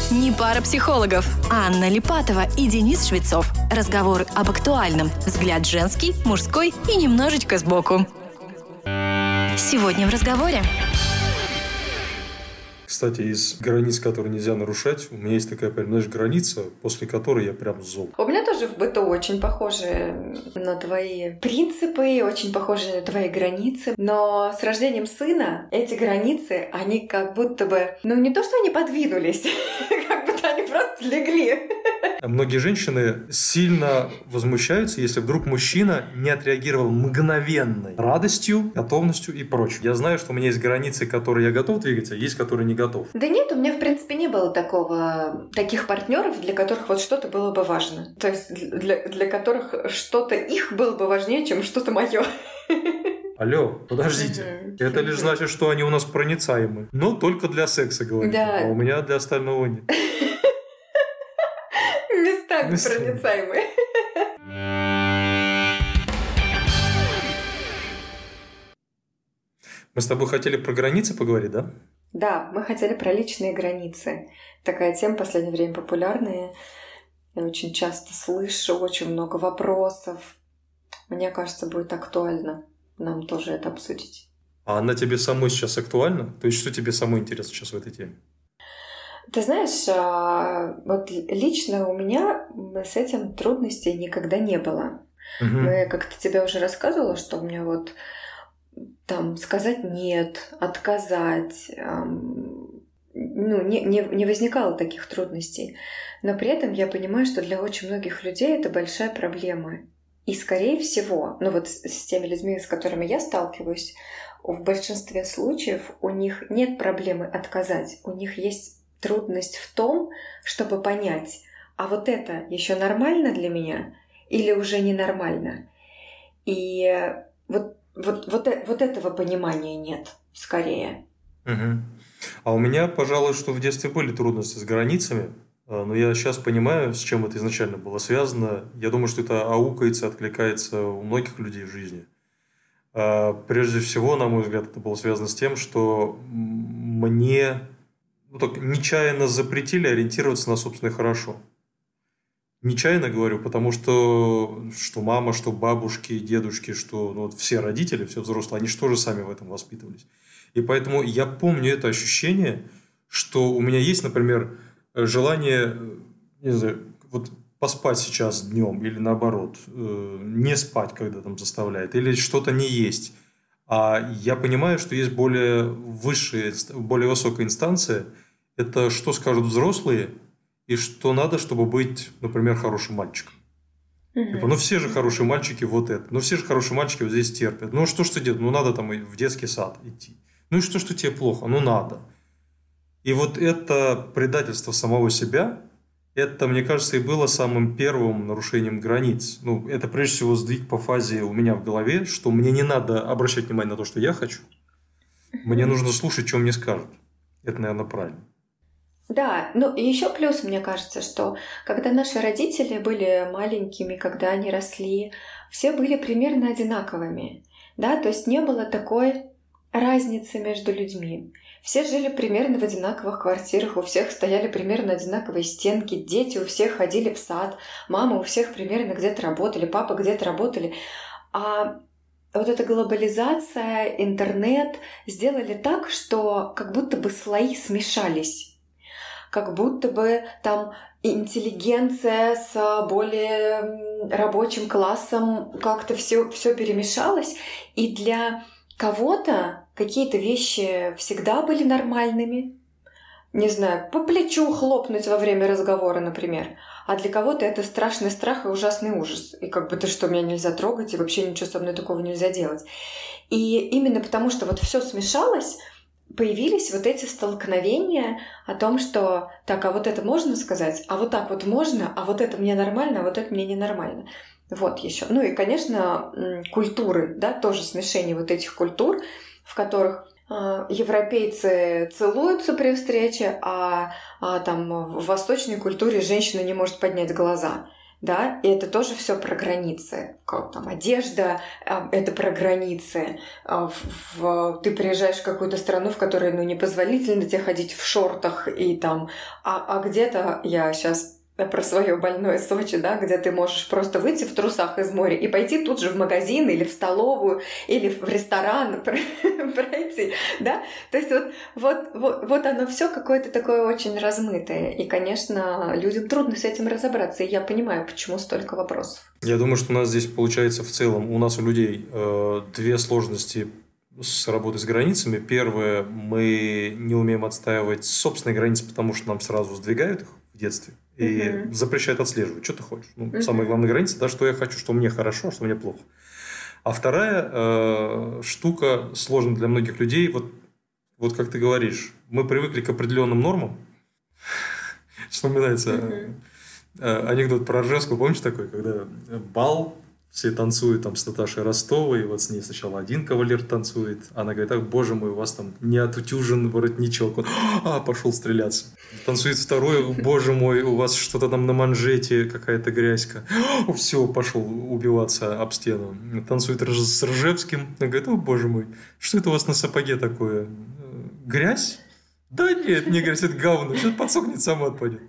Не пара психологов. Анна Липатова и Денис Швецов. Разговоры об актуальном. Взгляд женский, мужской и немножечко сбоку. Сегодня в разговоре. Кстати, из границ, которые нельзя нарушать, у меня есть такая, понимаешь, граница, после которой я прям зол. У меня тоже в быту очень похожи на твои принципы, очень похожи на твои границы. Но с рождением сына эти границы, они как будто бы, не то, что они подвинулись, как будто они просто легли. Многие женщины сильно возмущаются, если вдруг мужчина не отреагировал мгновенной радостью, готовностью и прочим. Я знаю, что у меня есть границы, которые я готов двигать, а есть, которые не готов. Да нет, у меня, в принципе, не было таких партнеров, для которых вот что-то было бы важно. То есть для которых что-то их было бы важнее, чем что-то мое. Алло, подождите. Это лишь значит, что они у нас проницаемы. Но только для секса, говорите. Да. А у меня для остального нет. Местами проницаемые. Мы с тобой хотели про границы поговорить, да? Да, мы хотели про личные границы. Такая тема в последнее время популярная. Я очень часто слышу, очень много вопросов. Мне кажется, будет актуально нам тоже это обсудить. А она тебе самой сейчас актуальна? То есть что тебе самой интересно сейчас в этой теме? Ты знаешь, вот лично у меня с этим трудностей никогда не было. Я как-то тебе уже рассказывала, что у меня вот там сказать «нет», отказать, не возникало таких трудностей. Но при этом я понимаю, что для очень многих людей это большая проблема. И, скорее всего, вот с теми людьми, с которыми я сталкиваюсь, в большинстве случаев у них нет проблемы отказать. У них есть трудность в том, чтобы понять, а вот это еще нормально для меня или уже ненормально. И вот этого понимания нет, скорее. Угу. А у меня, пожалуй, что в детстве были трудности с границами, но я сейчас понимаю, с чем это изначально было связано. Я думаю, что это аукается, откликается у многих людей в жизни. Прежде всего, на мой взгляд, это было связано с тем, что мне нечаянно запретили ориентироваться на собственное хорошо. Нечаянно говорю, потому что мама, что бабушки, дедушки, что все родители, все взрослые, они же тоже сами в этом воспитывались. И поэтому я помню это ощущение, что у меня есть, например, желание, не знаю, поспать сейчас днем или наоборот, не спать, когда там заставляет, или что-то не есть. А я понимаю, что есть более высшая, более высокая инстанция, это что скажут взрослые, и что надо, чтобы быть, например, хорошим мальчиком. Все же хорошие мальчики вот это. Все же хорошие мальчики вот здесь терпят. Что ж ты делать? Надо там в детский сад идти. И что тебе плохо? Надо. И вот это предательство самого себя, это, мне кажется, и было самым первым нарушением границ. Это прежде всего сдвиг по фазе у меня в голове, что мне не надо обращать внимание на то, что я хочу. Мне нужно слушать, что мне скажут. Это, наверное, правильно. Да, и еще плюс, мне кажется, что когда наши родители были маленькими, когда они росли, все были примерно одинаковыми, да, то есть не было такой разницы между людьми. Все жили примерно в одинаковых квартирах, у всех стояли примерно одинаковые стенки, дети у всех ходили в сад, мамы у всех примерно где-то работали, папа где-то работали. А вот эта глобализация, интернет сделали так, что как будто бы слои смешались. Как будто бы там интеллигенция с более рабочим классом, как-то все перемешалось. И для кого-то какие-то вещи всегда были нормальными. Не знаю, по плечу хлопнуть во время разговора, например. А для кого-то это страшный страх и ужасный ужас. И ты что, меня нельзя трогать, и вообще ничего со мной такого нельзя делать. И именно потому, что все смешалось, появились эти столкновения о том, что так, а вот это можно сказать, а вот так вот можно, а вот это мне нормально, а вот это мне ненормально. Вот еще. И, конечно, культуры, да, тоже смешение этих культур, в которых европейцы целуются при встрече, а там в восточной культуре женщина не может поднять глаза. да, и это тоже все про границы. Как там одежда, это про границы. Ты приезжаешь в какую-то страну, в которой, непозволительно тебе ходить в шортах и там, а где-то я сейчас про свое больное Сочи, да, где ты можешь просто выйти в трусах из моря и пойти тут же в магазин или в столовую или в ресторан пройти, да, то есть вот оно все какое-то такое очень размытое, и, конечно, людям трудно с этим разобраться, и я понимаю, почему столько вопросов. Я думаю, что у нас здесь получается в целом, у нас у людей две сложности с работой с границами. Первое, мы не умеем отстаивать собственные границы, потому что нам сразу сдвигают их в детстве и запрещают отслеживать, что ты хочешь. Самая главная граница, да, что я хочу, что мне хорошо, а что мне плохо. А вторая штука сложная для многих людей, вот как ты говоришь, мы привыкли к определенным нормам. Вспоминается анекдот про Ржевского, помнишь такой, когда бал, все танцуют там с Наташей Ростовой, и вот с ней сначала один кавалер танцует, она говорит: ах, боже мой, у вас там не отутюжен воротничок, он пошел стреляться. Танцует второй: боже мой, у вас что-то там на манжете, какая-то грязька, все, пошел убиваться об стену. Танцует с Ржевским, она говорит: о, боже мой, что это у вас на сапоге такое? Грязь? Да нет, не грязь, это говно, сейчас подсохнет, само отпадет.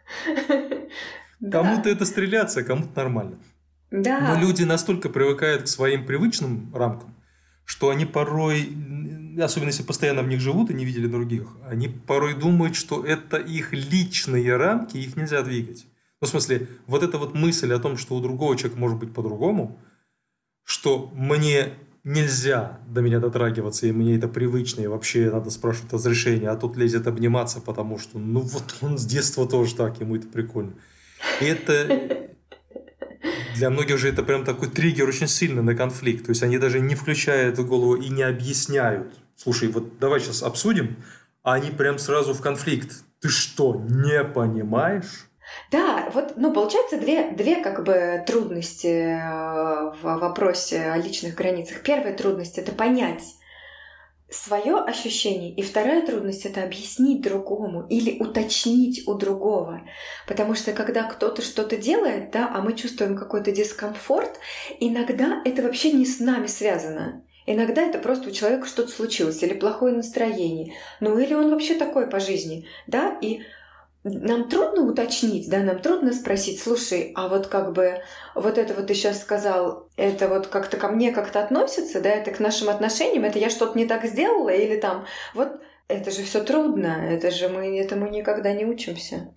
Кому-то это стреляться, а кому-то нормально. Да. Но люди настолько привыкают к своим привычным рамкам, что они порой, особенно если постоянно в них живут и не видели других, они порой думают, что это их личные рамки, их нельзя двигать. В смысле, вот эта вот мысль о том, что у другого человека может быть по-другому, что мне нельзя до меня дотрагиваться, и мне это привычно, и вообще надо спрашивать разрешение, а тут лезет обниматься, потому что, он с детства тоже так, ему это прикольно. И это... Для многих же это прям такой триггер очень сильный на конфликт. То есть они даже не включают в голову и не объясняют. Слушай, вот давай сейчас обсудим, а они прям сразу в конфликт. Ты что, не понимаешь? Да, получается две как бы трудности в вопросе о личных границах. Первая трудность — это понять свое ощущение, и вторая трудность — это объяснить другому или уточнить у другого. Потому что когда кто-то что-то делает, да, а мы чувствуем какой-то дискомфорт, иногда это вообще не с нами связано. Иногда это просто у человека что-то случилось, или плохое настроение, или он вообще такой по жизни, да, и нам трудно уточнить, да, нам трудно спросить: слушай, а вот как бы вот это вот ты сейчас сказал, это вот как-то ко мне как-то относится, да, это к нашим отношениям, это я что-то не так сделала, или там, вот это же все трудно, это же мы этому никогда не учимся.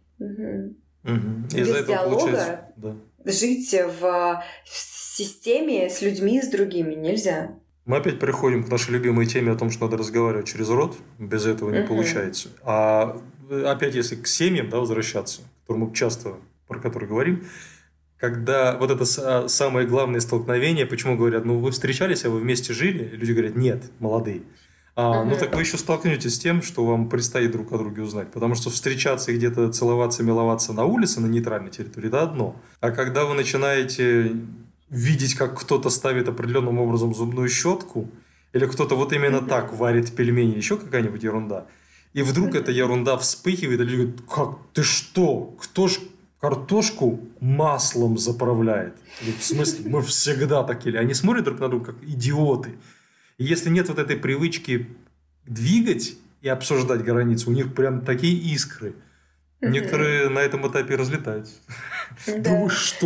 Без диалога жить в системе с людьми, с другими нельзя. Мы опять приходим к нашей любимой теме о том, что надо разговаривать через рот, без этого не получается. А опять, если к семьям, да, возвращаться, про которые говорим, когда вот это самое главное столкновение, почему говорят: вы встречались, а вы вместе жили? Люди говорят: нет, молодые. Так вы еще столкнетесь с тем, что вам предстоит друг о друге узнать. Потому что встречаться и где-то целоваться, миловаться на улице, на нейтральной территории, это одно. А когда вы начинаете видеть, как кто-то ставит определенным образом зубную щетку, или кто-то вот именно так варит пельмени, еще какая-нибудь ерунда, и вдруг эта ерунда вспыхивает, и люди говорят: как, ты что? Кто ж картошку маслом заправляет? В смысле, мы всегда такие. Они смотрят друг на друга как идиоты. И если нет вот этой привычки двигать и обсуждать границы, у них прям такие искры. Некоторые на этом этапе разлетаются. Да. Что?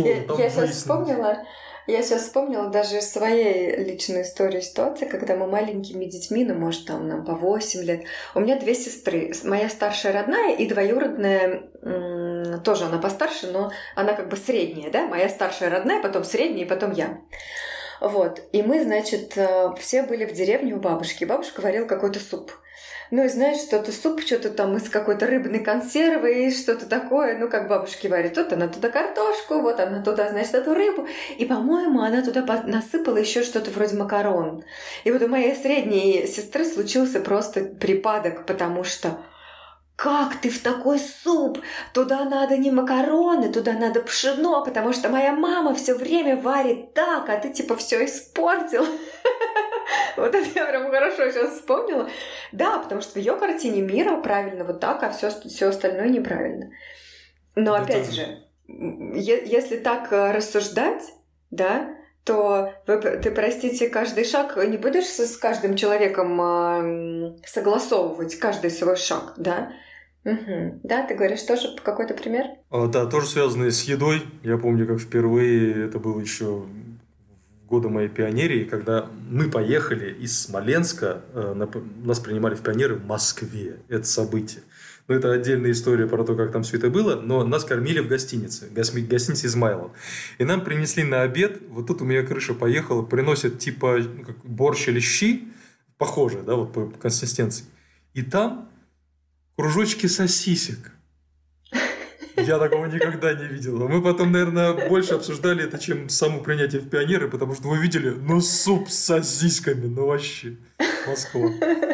Я сейчас вспомнила даже своей личной историю, ситуации, когда мы маленькими детьми, может, там нам по 8 лет. У меня 2 сестры. Моя старшая родная и двоюродная, тоже она постарше, но она как бы средняя, да? Моя старшая родная, потом средняя, и потом я. Вот. И мы, значит, все были в деревне у бабушки. Бабушка варила какой-то суп. И знаешь, суп, что-то там из какой-то рыбной консервы и что-то такое, как бабушки варят. Вот она туда картошку, вот она туда, значит, эту рыбу. И, по-моему, она туда насыпала еще что-то вроде макарон. И вот у моей средней сестры случился просто припадок, потому что: как ты в такой суп? Туда надо не макароны, туда надо пшено, потому что моя мама все время варит так, а ты типа все испортил. Вот это я прям хорошо сейчас вспомнила. Да, потому что в ее картине мира правильно вот так, а все остальное неправильно. Но опять же, если так рассуждать, да, то ты, простите, каждый шаг не будешь с каждым человеком согласовывать каждый свой шаг, да? Угу. Да, ты говоришь тоже какой-то пример? Да, тоже связанный с едой. Я помню, как впервые, это было еще в годы моей пионерии, когда мы поехали из Смоленска, нас принимали в пионеры в Москве. Это событие. Но это отдельная история про то, как там все это было. Но нас кормили в гостинице. Гостинице «Измайлов». И нам принесли на обед. Вот тут у меня крыша поехала. Приносят типа как борщ или щи. Похожие, да, вот по консистенции. И там кружочки сосисек. Я такого никогда не видел. Мы потом, наверное, больше обсуждали это, чем само принятие в пионеры, потому что вы видели, ну, суп с сосисками, ну, вообще, Москва.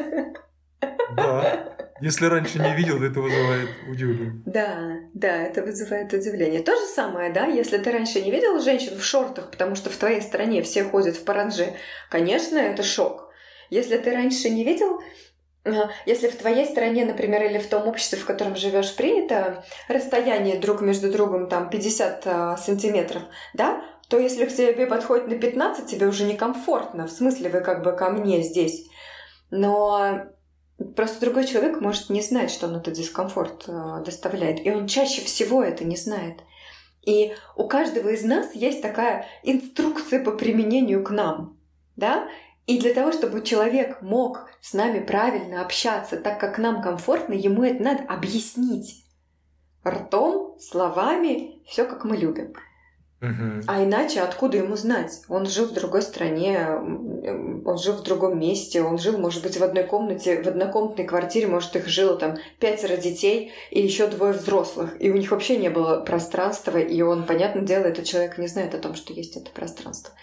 Да. Если раньше не видел, то это вызывает удивление. Да, это вызывает удивление. То же самое, да, если ты раньше не видел женщин в шортах, потому что в твоей стране все ходят в паранджи, конечно, это шок. Если ты раньше не видел, если в твоей стране, например, или в том обществе, в котором живешь, принято расстояние друг между другом там 50 сантиметров, да, то если к тебе подходит на 15, тебе уже некомфортно. В смысле, вы как бы ко мне здесь. Но просто другой человек может не знать, что он этот дискомфорт доставляет. И он чаще всего это не знает. И у каждого из нас есть такая инструкция по применению к нам. Да? И для того, чтобы человек мог с нами правильно общаться, так как нам комфортно, ему это надо объяснить. Ртом, словами, все как мы любим. А иначе откуда ему знать? Он жил в другой стране, он жил в другом месте, он жил, может быть, в одной комнате, в однокомнатной квартире, может, их жило там 5 детей и еще 2 взрослых. И у них вообще не было пространства, и он, понятное дело, этот человек не знает о том, что есть это пространство.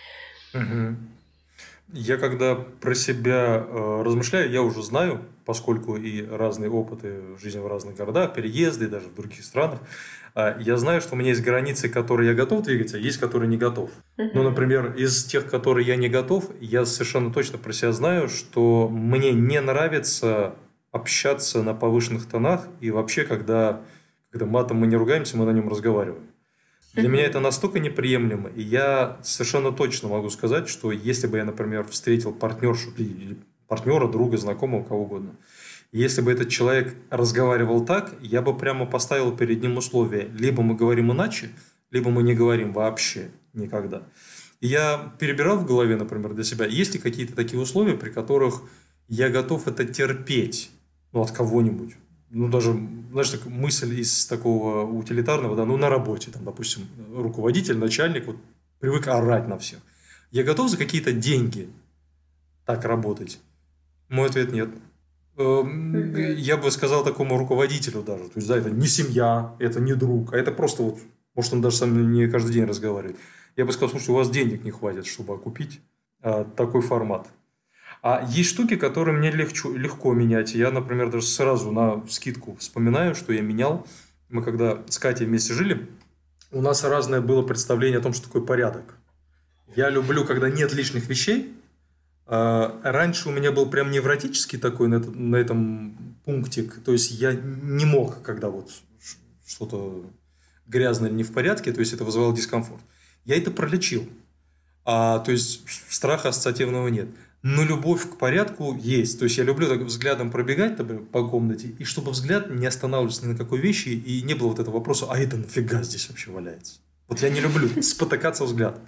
Я когда про себя размышляю, я уже знаю, поскольку и разные опыты в жизни в разных городах, переезды, даже в других странах, я знаю, что у меня есть границы, которые я готов двигать, а есть, которые не готов. Ну, например, из тех, которые я не готов, я совершенно точно про себя знаю, что мне не нравится общаться на повышенных тонах, и вообще, когда матом мы не ругаемся, мы на нем разговариваем. Для меня это настолько неприемлемо, и я совершенно точно могу сказать, что если бы я, например, встретил партнершу или партнера, друга, знакомого, кого угодно, если бы этот человек разговаривал так, я бы прямо поставил перед ним условия: либо мы говорим иначе, либо мы не говорим вообще никогда. И я перебирал в голове, например, для себя, есть ли какие-то такие условия, при которых я готов это терпеть, от кого-нибудь. Даже, знаешь, так, мысль из такого утилитарного, да, на работе, там, допустим, руководитель, начальник привык орать на всех. Я готов за какие-то деньги так работать? Мой ответ – нет. Я бы сказал такому руководителю даже, то есть, да, это не семья, это не друг, а это просто может, он даже со мной не каждый день разговаривает. Я бы сказал: слушайте, у вас денег не хватит, чтобы окупить такой формат. А есть штуки, которые мне легко менять. Я, например, даже сразу на скидку вспоминаю, что я менял. Мы когда с Катей вместе жили, у нас разное было представление о том, что такое порядок. Я люблю, когда нет лишних вещей. Раньше у меня был прям невротический такой на этом пунктик. То есть я не мог, когда что-то грязное не в порядке, то есть это вызывало дискомфорт. Я это пролечил. То есть страха ассоциативного нет. Но любовь к порядку есть. То есть я люблю так взглядом пробегать по комнате, и чтобы взгляд не останавливался ни на какой вещи, и не было этого вопроса: а это нафига здесь вообще валяется? Я не люблю спотыкаться взглядом.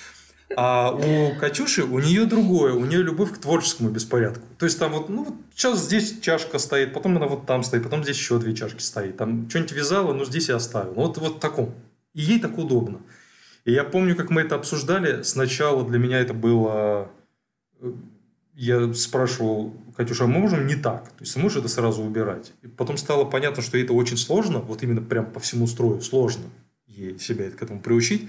А у Катюши, у нее другое, у нее любовь к творческому беспорядку. То есть там сейчас здесь чашка стоит, потом она там стоит, потом здесь еще 2 чашки стоит. Там что-нибудь вязала, здесь я оставил. В таком. И ей так удобно. И я помню, как мы это обсуждали. Сначала для меня это было... Я спрашивал: Катюша, а мы можем не так? То есть, можешь это сразу убирать? И потом стало понятно, что это очень сложно, именно прям по всему строю сложно ей себя к этому приучить.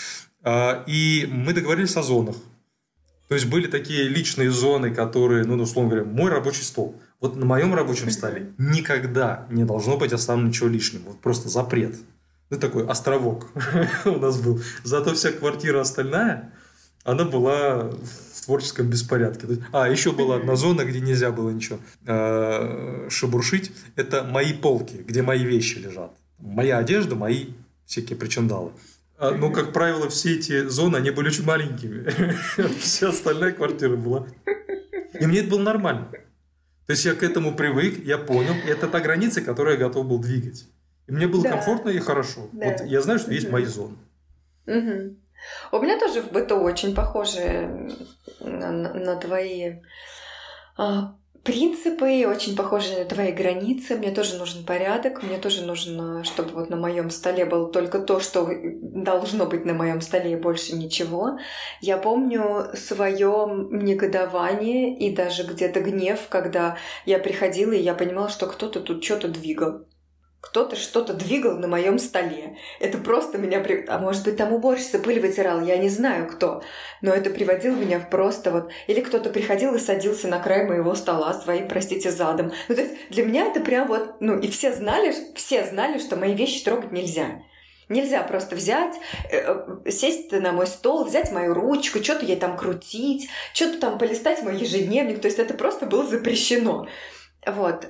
И мы договорились о зонах. То есть, были такие личные зоны, которые, условно говоря, мой рабочий стол. На моем рабочем столе никогда не должно быть оставлено ничего лишнего. Просто запрет. Такой островок у нас был. Зато вся квартира остальная, она была в творческом беспорядке. Еще была одна зона, где нельзя было ничего шебуршить. Это мои полки, где мои вещи лежат. Моя одежда, мои всякие причиндалы. Но, как правило, все эти зоны, они были очень маленькими. Вся остальная квартира была. И мне это было нормально. То есть я к этому привык, я понял. Это та граница, которую я готов был двигать. И мне было комфортно и хорошо. Вот я знаю, что есть мои зоны. У меня тоже в быту очень похожие на твои принципы, очень похожи на твои границы. Мне тоже нужен порядок, мне тоже нужно, чтобы вот на моем столе было только то, что должно быть на моем столе, и больше ничего. Я помню свое негодование и даже где-то гнев, когда я приходила, и я понимала, что кто-то тут что-то двигал. Кто-то что-то двигал на моем столе. Это просто меня... А может быть, там уборщица пыль вытирал, я не знаю кто. Но это приводило меня в просто вот... Или кто-то приходил и садился на край моего стола своим, простите, задом. Ну, то есть для меня это прям вот... Ну, и все знали, что мои вещи трогать нельзя. Нельзя просто взять, сесть на мой стол, взять мою ручку, что-то ей там крутить, что-то там полистать мой ежедневник. То есть это просто было запрещено. Вот.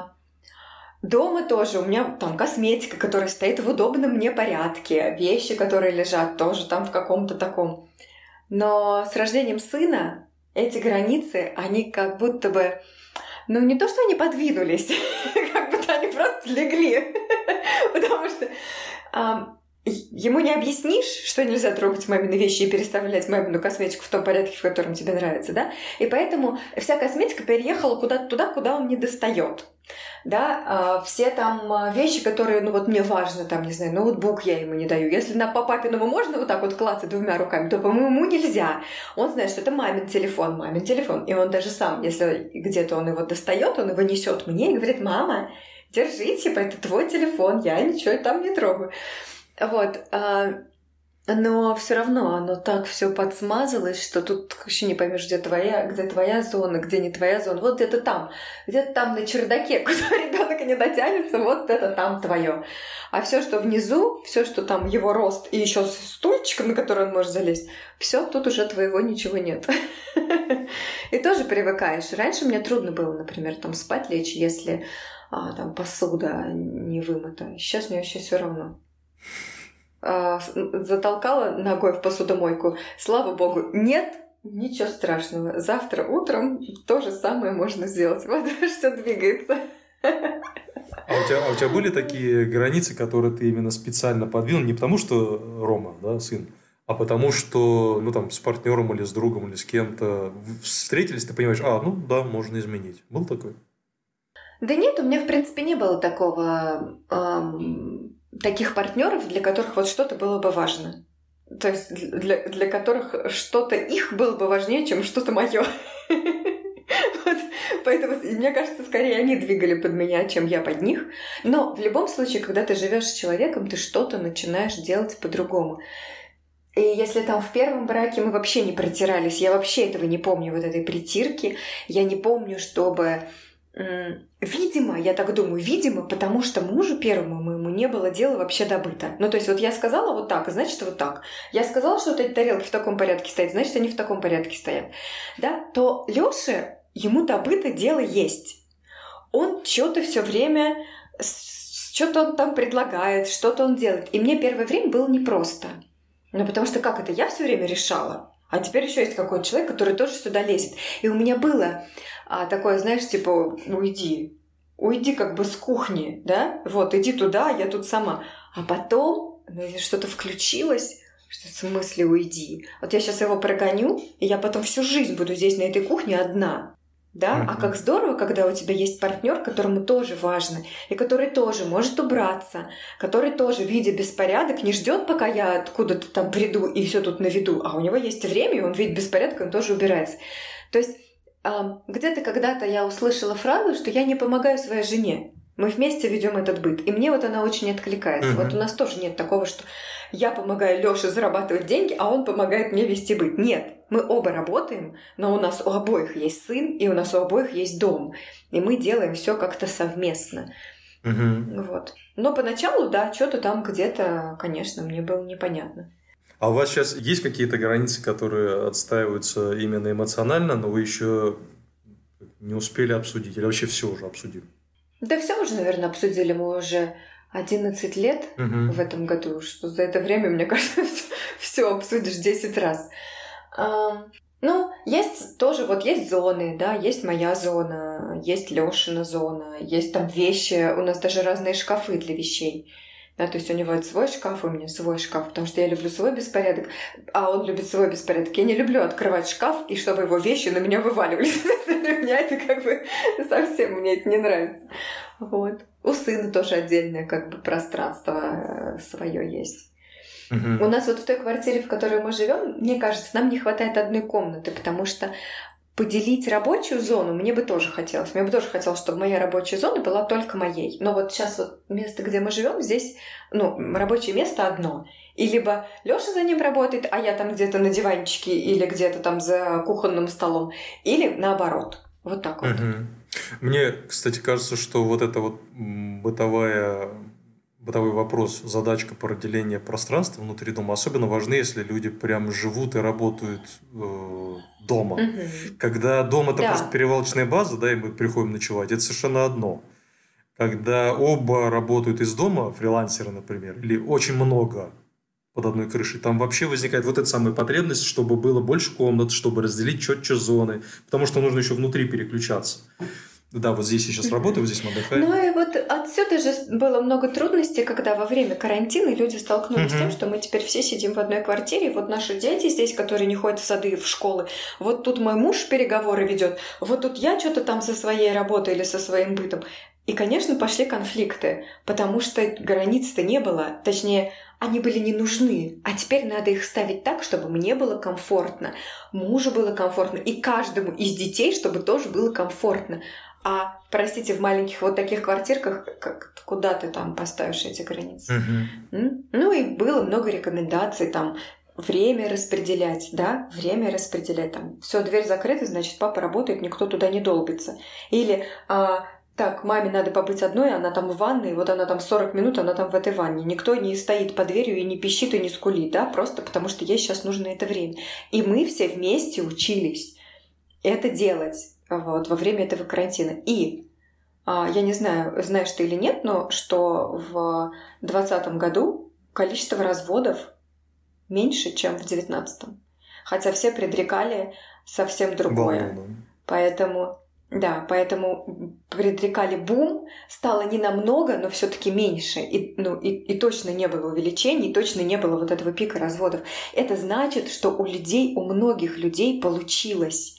Дома тоже у меня там косметика, которая стоит в удобном мне порядке, вещи, которые лежат тоже там в каком-то таком. Но с рождением сына эти границы, они как будто бы, ну не то, что они подвинулись, как будто они просто легли, потому что ему не объяснишь, что нельзя трогать мамины вещи и переставлять мамину косметику в том порядке, в котором тебе нравится, да? И поэтому вся косметика переехала куда-то туда, куда он не достает. Да, все там вещи, которые, ну вот мне важно, там, не знаю, ноутбук я ему не даю. Если по папиному можно вот так вот клацать двумя руками, то по моему нельзя. Он знает, что это мамин телефон. И он даже сам, если где-то он его достает, он его несет мне и говорит: мама, держи, типа, это твой телефон, я ничего там не трогаю. Вот. Но все равно оно так все подсмазалось, что тут еще не поймешь, где твоя зона, где не твоя зона. Вот где-то там на чердаке, куда ребенок не дотянется, вот это там твое. А все, что внизу, все, что там его рост и еще стульчик, на который он может залезть, все, тут уже твоего ничего нет. И тоже привыкаешь. Раньше мне трудно было, например, там спать лечь, если там посуда не вымыта. Сейчас мне вообще все равно. Затолкала ногой в посудомойку, слава богу, нет, ничего страшного. Завтра утром то же самое можно сделать. Вот что двигается. У тебя были такие границы, которые ты именно специально подвинул, не потому что Рома, да, сын, а потому что, ну, там, с партнером или с другом или с кем-то встретились, ты понимаешь, ну, да, можно изменить. Был такой? Да нет, у меня, в принципе, не было таких партнеров, для которых вот что-то было бы важно. То есть для которых что-то их было бы важнее, чем что-то мое. Поэтому, мне кажется, скорее они двигали под меня, чем я под них. Но в любом случае, когда ты живешь с человеком, ты что-то начинаешь делать по-другому. И если там в первом браке мы вообще не протирались, я вообще этого не помню, вот этой притирки, я не помню, чтобы... Видимо, я так думаю, потому что мужу первому моему не было дела вообще до быта. Ну, то есть вот я сказала вот так, значит вот так. Я сказала, что вот эти тарелки в таком порядке стоят, значит, они в таком порядке стоят. Да, то Лёше, ему до быта дело есть. Он что-то все время, что-то он там предлагает, что-то он делает. И мне первое время было непросто. Ну, потому что как это? Я все время решала. А теперь еще есть какой-то человек, который тоже сюда лезет. И у меня было такое, знаешь, типа, уйди как бы с кухни, да? Вот, иди туда, я тут сама. А потом что-то включилось, что в смысле уйди. Вот я сейчас его прогоню, и я потом всю жизнь буду здесь, на этой кухне, одна. Да? А как здорово, когда у тебя есть партнер, которому тоже важно, и который тоже может убраться, который тоже, видя беспорядок, не ждет, пока я откуда-то там приду и все тут наведу, а у него есть время, и он видит беспорядок, он тоже убирается. То есть где-то когда-то я услышала фразу, что я не помогаю своей жене. Мы вместе ведем этот быт. И мне вот она очень откликается. Вот у нас тоже нет такого, что я помогаю Лёше зарабатывать деньги, а он помогает мне вести быт. Нет, мы оба работаем, но у нас у обоих есть сын, и у нас у обоих есть дом. И мы делаем все как-то совместно. Вот. Но поначалу, да, что-то там где-то, конечно, мне было непонятно. А у вас сейчас есть какие-то границы, которые отстаиваются именно эмоционально, но вы еще не успели обсудить? Или вообще все уже обсудили? Да все уже, наверное, обсудили. Мы уже 11 лет в этом году, что за это время, мне кажется, все обсудишь 10 раз. Ну, есть тоже, вот есть зоны, да, есть моя зона, есть Лёшина зона, есть там вещи, у нас даже разные шкафы для вещей. Да, то есть у него свой шкаф, у меня свой шкаф, потому что я люблю свой беспорядок, а он любит свой беспорядок. Я не люблю открывать шкаф, и чтобы его вещи на меня вываливались. Для меня это как бы совсем, мне это не нравится. Вот. У сына тоже отдельное как бы пространство свое есть. У нас вот в той квартире, в которой мы живем, мне кажется, нам не хватает одной комнаты, потому что поделить рабочую зону мне бы тоже хотелось. Мне бы тоже хотелось, чтобы моя рабочая зона была только моей. Но вот сейчас вот место, где мы живем, здесь, ну, рабочее место одно. И либо Лёша за ним работает, а я там где-то на диванчике или где-то там за кухонным столом, или наоборот. Вот так вот. Мне, кстати, кажется, что вот это вот бытовой вопрос, задачка по разделению пространства внутри дома особенно важны, если люди прям живут и работают дома. Когда дом это просто перевалочная база, да, и мы приходим ночевать, это совершенно одно. Когда оба работают из дома, фрилансеры, например, или очень много под одной крышей, там вообще возникает вот эта самая потребность, чтобы было больше комнат, чтобы разделить четче зоны, потому что нужно еще внутри переключаться. Да, вот здесь я сейчас работаю, вот здесь мы отдыхаем. Ну и вот отсюда же было много трудностей, когда во время карантина люди столкнулись с тем, что мы теперь все сидим в одной квартире, вот наши дети здесь, которые не ходят в сады и в школы, вот тут мой муж переговоры ведет, вот тут я что-то там со своей работой или со своим бытом. И, конечно, пошли конфликты, потому что границ-то не было, точнее, они были не нужны, а теперь надо их ставить так, чтобы мне было комфортно, мужу было комфортно, и каждому из детей, чтобы тоже было комфортно. А, простите, в маленьких вот таких квартирках, куда ты там поставишь эти границы? Ну и было много рекомендаций, там, время распределять, да, время распределять, там, все, дверь закрыта, значит, папа работает, никто туда не долбится. Или, так, маме надо побыть одной, она там в ванной, вот она там 40 минут, она там в этой ванне. Никто не стоит под дверью и не пищит, и не скулит, да, просто потому что ей сейчас нужно это время. И мы все вместе учились это делать. Вот, во время этого карантина. И я не знаю, знаешь ты или нет, но что в 2020 году количество разводов меньше, чем в 2019. Хотя все предрекали совсем другое. Поэтому предрекали бум, стало не намного, но все-таки меньше. И точно не было увеличений, точно не было вот этого пика разводов. Это значит, что у многих людей получилось,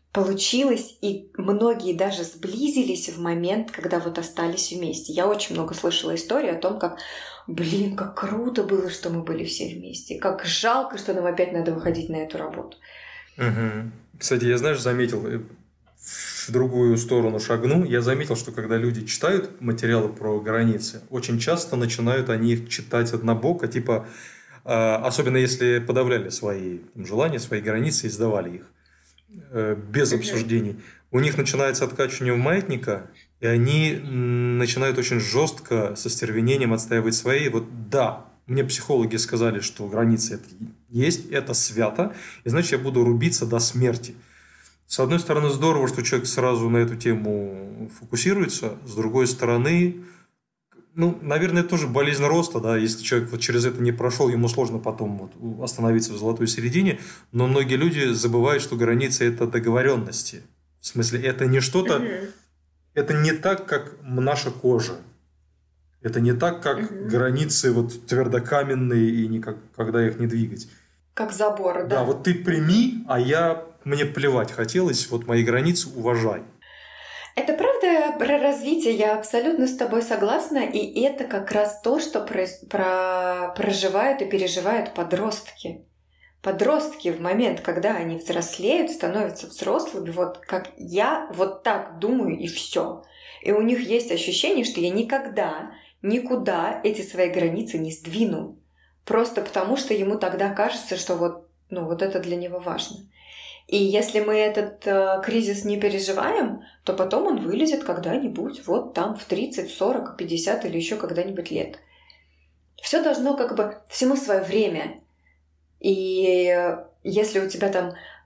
и многие даже сблизились в момент, когда вот остались вместе. Я очень много слышала историй о том, как, как круто было, что мы были все вместе, как жалко, что нам опять надо выходить на эту работу. Кстати, я, знаешь, заметил, в другую сторону шагну, я заметил, что когда люди читают материалы про границы, очень часто начинают они их читать однобоко, типа, особенно если подавляли свои желания, свои границы и сдавали их без обсуждений. У них начинается откачивание маятника, и они начинают очень жестко, со стервенением отстаивать свои. Вот да, мне психологи сказали, что границы это есть, это свято, и значит я буду рубиться до смерти. С одной стороны, здорово, что человек сразу на эту тему фокусируется, с другой стороны, наверное, это тоже болезнь роста, да, если человек вот через это не прошел, ему сложно потом вот остановиться в золотой середине, но многие люди забывают, что границы – это договоренности. В смысле, это не что-то, это не так, как наша кожа, это не так, как границы вот твердокаменные и никогда их не двигать. Как забор, да. Да, вот ты прими, а мне плевать хотелось, вот мои границы уважай. Это правда про развитие, я абсолютно с тобой согласна, и это как раз то, что проживают и переживают подростки. Подростки в момент, когда они взрослеют, становятся взрослыми, вот как я вот так думаю и все. И у них есть ощущение, что я никогда, никуда эти свои границы не сдвину. Просто потому, что ему тогда кажется, что вот это для него важно. И если мы этот кризис не переживаем, то потом он вылезет когда-нибудь, вот там в 30, 40, 50 или еще когда-нибудь лет. Все должно всему свое время. И если у тебя там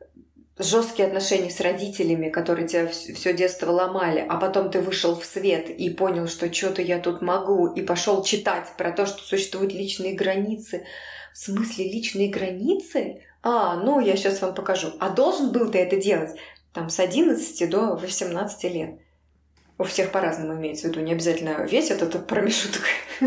жесткие отношения с родителями, которые тебя все детство ломали, а потом ты вышел в свет и понял, что что-то я тут могу, и пошел читать про то, что существуют личные границы. В смысле личные границы? Ну я сейчас вам покажу. А должен был ты это делать там с 11 до 18 лет. У всех по-разному имеется в виду, не обязательно весь этот промежуток.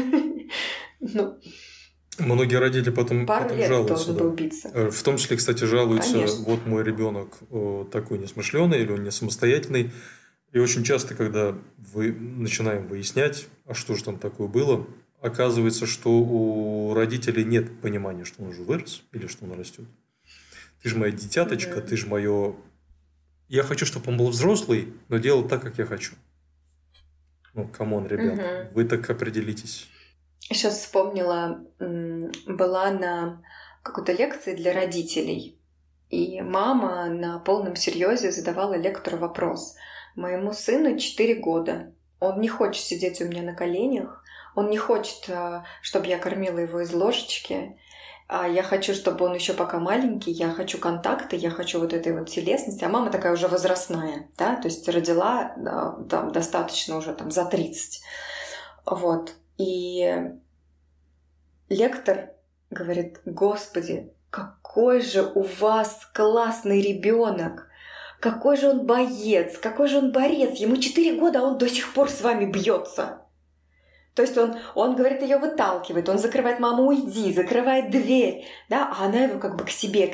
Многие родители потом лет жалуются. Должен был биться. В том числе, кстати, жалуются, Конечно. вот мой ребенок такой несмышленый или он не самостоятельный. И очень часто, когда начинаем выяснять, а что же там такое было, оказывается, что у родителей нет понимания, что он уже вырос или что он растет. Ты же моя дитяточка, ты же мое... Я хочу, чтобы он был взрослый, но делал так, как я хочу. Камон, ребят, вы так определитесь. Сейчас вспомнила, была на какой-то лекции для родителей, и мама на полном серьезе задавала лектору вопрос. Моему сыну 4 года, он не хочет сидеть у меня на коленях, он не хочет, чтобы я кормила его из ложечки, а я хочу, чтобы он еще пока маленький, я хочу контакты, я хочу вот этой вот телесности, а мама такая уже возрастная, да, то есть родила там достаточно уже там за 30, вот. И лектор говорит: Господи, какой же у вас классный ребенок, какой же он боец, какой же он борец, ему 4 года, а он до сих пор с вами бьется. То есть он говорит, ее выталкивает, он закрывает: маму, уйди, закрывает дверь, да, а она его как бы к себе.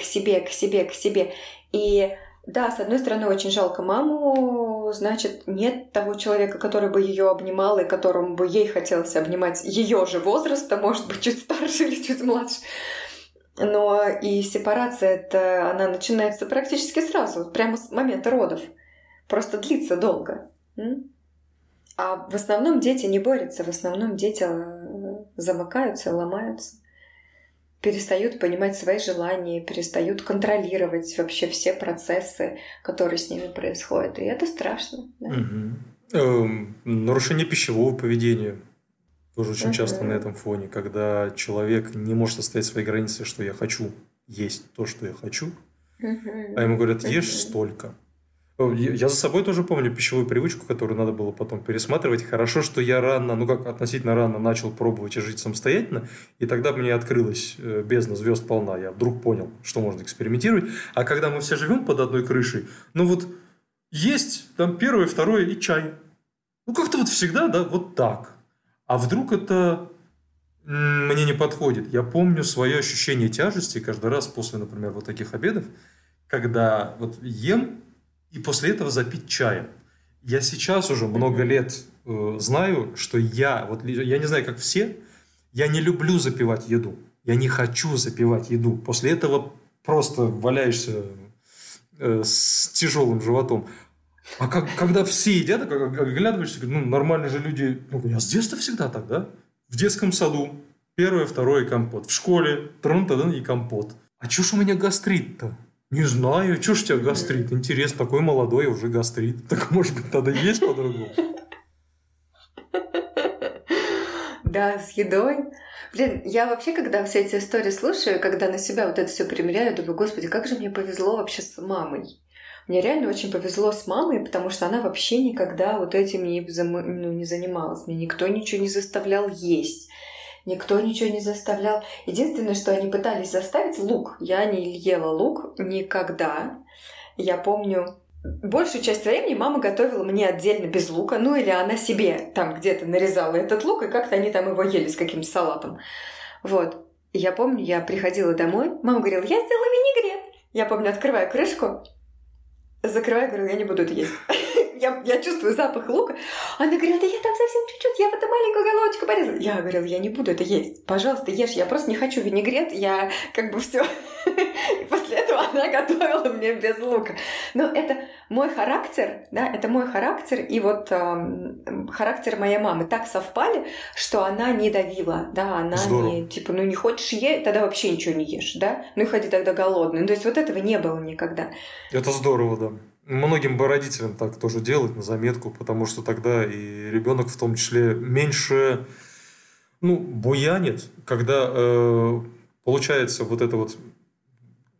И да, с одной стороны, очень жалко маму, значит, нет того человека, который бы ее обнимал и которому бы ей хотелось обнимать ее же возраста, может быть, чуть старше или чуть младше. Но и сепарация она начинается практически сразу, прямо с момента родов. Просто длится долго. А в основном дети не борются, в основном дети замыкаются, ломаются. Перестают понимать свои желания, перестают контролировать вообще все процессы, которые с ними происходят. И это страшно. Да? Нарушение пищевого поведения тоже очень часто на этом фоне, когда человек не может оставить свои границы, что я хочу есть то, что я хочу, а ему говорят: ешь столько. Я за собой тоже помню пищевую привычку, которую надо было потом пересматривать. Хорошо, что я относительно рано начал пробовать и жить самостоятельно, и тогда мне открылась бездна звезд полна. Я вдруг понял, что можно экспериментировать. А когда мы все живем под одной крышей, есть там первое, второе и чай. Как-то вот всегда, да, вот так. А вдруг это мне не подходит? Я помню свое ощущение тяжести каждый раз после, например, вот таких обедов, когда вот ем, и после этого запить чаем. Я сейчас уже много лет знаю, что я не знаю, как все, я не люблю запивать еду. Я не хочу запивать еду. После этого просто валяешься с тяжелым животом. А когда все едят, оглядываешься, нормальные же люди... я с детства всегда так, да? В детском саду первое, второе компот. В школе трун-тадан и компот. А чё ж у меня гастрит-то? Не знаю, чё ж у тебя гастрит? Интересно, такой молодой, уже гастрит. Так, может быть, надо есть по-другому? Да, с едой. Блин, я вообще, когда все эти истории слушаю, когда на себя вот это все примеряю, думаю: Господи, как же мне повезло вообще с мамой. Мне реально очень повезло с мамой, потому что она вообще никогда вот этим не занималась. Мне никто ничего не заставлял есть. Никто ничего не заставлял. Единственное, что они пытались заставить — лук. Я не ела лук никогда. Я помню, большую часть времени мама готовила мне отдельно без лука. Или она себе там где-то нарезала этот лук, и как-то они там его ели с каким-то салатом. Вот. И я помню, я приходила домой, мама говорила: я сделала винегрет. Я помню, открываю крышку, закрываю, говорю: я не буду это есть. Я чувствую запах лука. Она говорила: да я там совсем чуть-чуть, я в эту маленькую головочку порезала. Я говорила: я не буду это есть. Пожалуйста, ешь, я просто не хочу винегрет, я все. И после этого она готовила мне без лука. Но это мой характер, да, это мой характер, и вот характер моей мамы так совпали, что она не давила, да, она Здорово. не, не хочешь есть, тогда вообще ничего не ешь, да, и ходи тогда голодный. То есть вот этого не было никогда. Это здорово, да. Многим бы родителям так тоже делать на заметку, потому что тогда и ребенок в том числе меньше буянит, когда получается вот это вот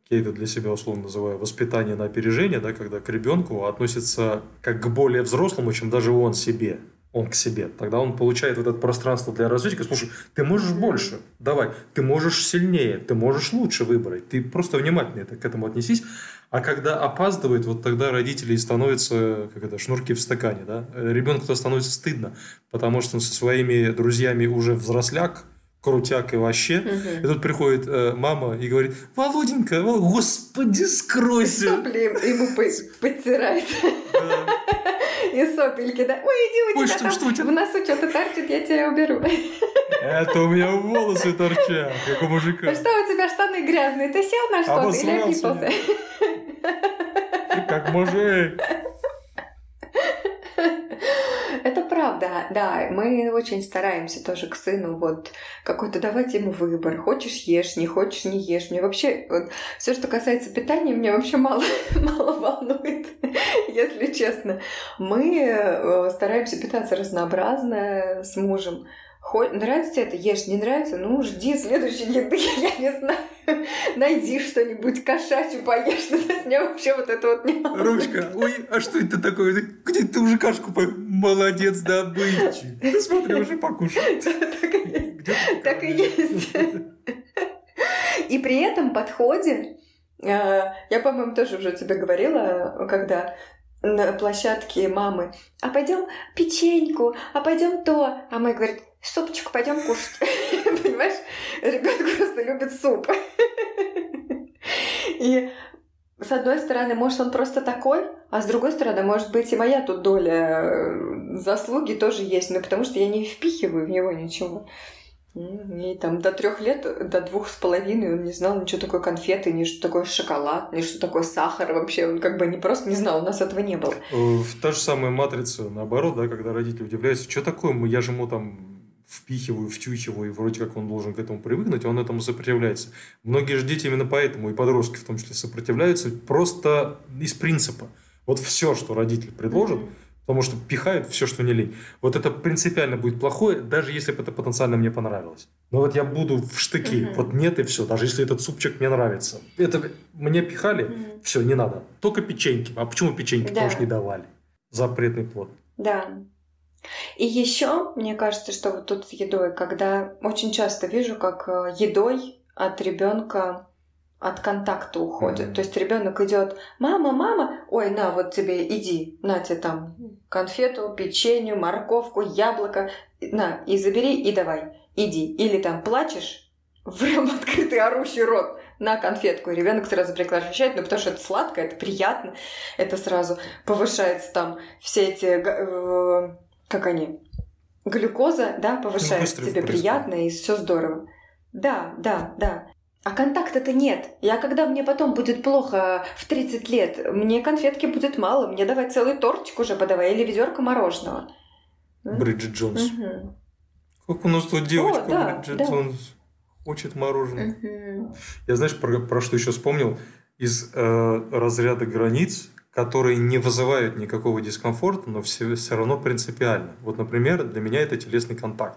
я это для себя условно называю воспитание на опережение, да, когда к ребенку относится как к более взрослому, чем даже он к себе. Тогда он получает вот это пространство для развития. Слушай, ты можешь больше, давай, ты можешь сильнее, ты можешь лучше выбрать. Ты просто внимательнее к этому отнесись. А когда опаздывает, вот тогда родителей становятся, шнурки в стакане. Да? Ребенку-то становится стыдно, потому что он со своими друзьями уже взросляк, крутяк и вообще. И тут приходит мама и говорит: Володенька, господи, скройся. Сопли ему подтирает. И сопельки, да. Ой, иди, у тебя там в носу что-то торчит, я тебя уберу. Это у меня волосы торчат, как у мужика. Что у тебя штаны грязные? Ты сел на что-то или описался? Как мужик. Это правда, да. Мы очень стараемся тоже к сыну вот какой-то давать ему выбор. Хочешь — ешь, не хочешь — не ешь. Мне вообще вот, все, что касается питания, меня вообще мало волнует, если честно. Мы стараемся питаться разнообразно с мужем. Нравится тебе это? Ешь. Не нравится? Ну, жди следующей еды, я не знаю. Найди что-нибудь кошачью поешь. Ну, то есть мне вообще вот это вот не волнует. Ручка, ой, а что это такое? Где ты уже кашку поешь? Молодец, добытчик. Ты смотри, уже покушал. Так и есть. И при этом подходе, я, по-моему, тоже уже тебе говорила, когда на площадке мамы: а пойдем печеньку, а пойдем то. А мой говорит: супчик, пойдем кушать. Понимаешь? Ребенок просто любит суп. И с одной стороны, может, он просто такой, а с другой стороны, может быть, и моя тут доля заслуги тоже есть, но потому что я не впихиваю в него ничего. И там до 3 лет, до 2,5 он не знал ничего такое конфеты, ни что такое шоколад, ни что такое сахар вообще. Он как бы не просто не знал, у нас этого не было. Та же самая матрица, наоборот, да, когда родители удивляются: что такое, я же ему там впихиваю, втюхиваю, и вроде как он должен к этому привыкнуть, он этому сопротивляется. Многие же дети именно поэтому, и подростки в том числе, сопротивляются просто из принципа. Вот все, что родитель предложит, потому что пихают все, что не лень. Вот это принципиально будет плохое, даже если бы это потенциально мне понравилось. Но вот я буду в штыки, вот нет и все, даже если этот супчик мне нравится. Это мне пихали, все, не надо. Только печеньки. А почему печеньки? Да. Потому что не давали. Запретный плод. Да. И еще, мне кажется, что вот тут с едой, когда очень часто вижу, как едой от ребенка от контакта уходит. То есть ребенок идет: мама, ой, на, вот тебе, иди, на тебе там конфету, печенью, морковку, яблоко, на, и забери, и давай, иди. Или там плачешь, прям открытый орущий рот, на конфетку. И ребенок сразу прекращает, ну потому что это сладко, это приятно, это сразу повышается там все эти, как они, глюкоза, да, повышается, тебе приятно, и все здорово. Да. А контакта-то нет. А когда мне потом будет плохо в 30 лет, мне конфетки будет мало, мне давай целый тортик уже подавай или ведерко мороженого. Бриджит Джонс. Как у нас тут девочка Бриджит Джонс хочет мороженое. Я, знаешь, про что еще вспомнил? Из разряда границ, которые не вызывают никакого дискомфорта, но все равно принципиально. Вот, например, для меня это телесный контакт.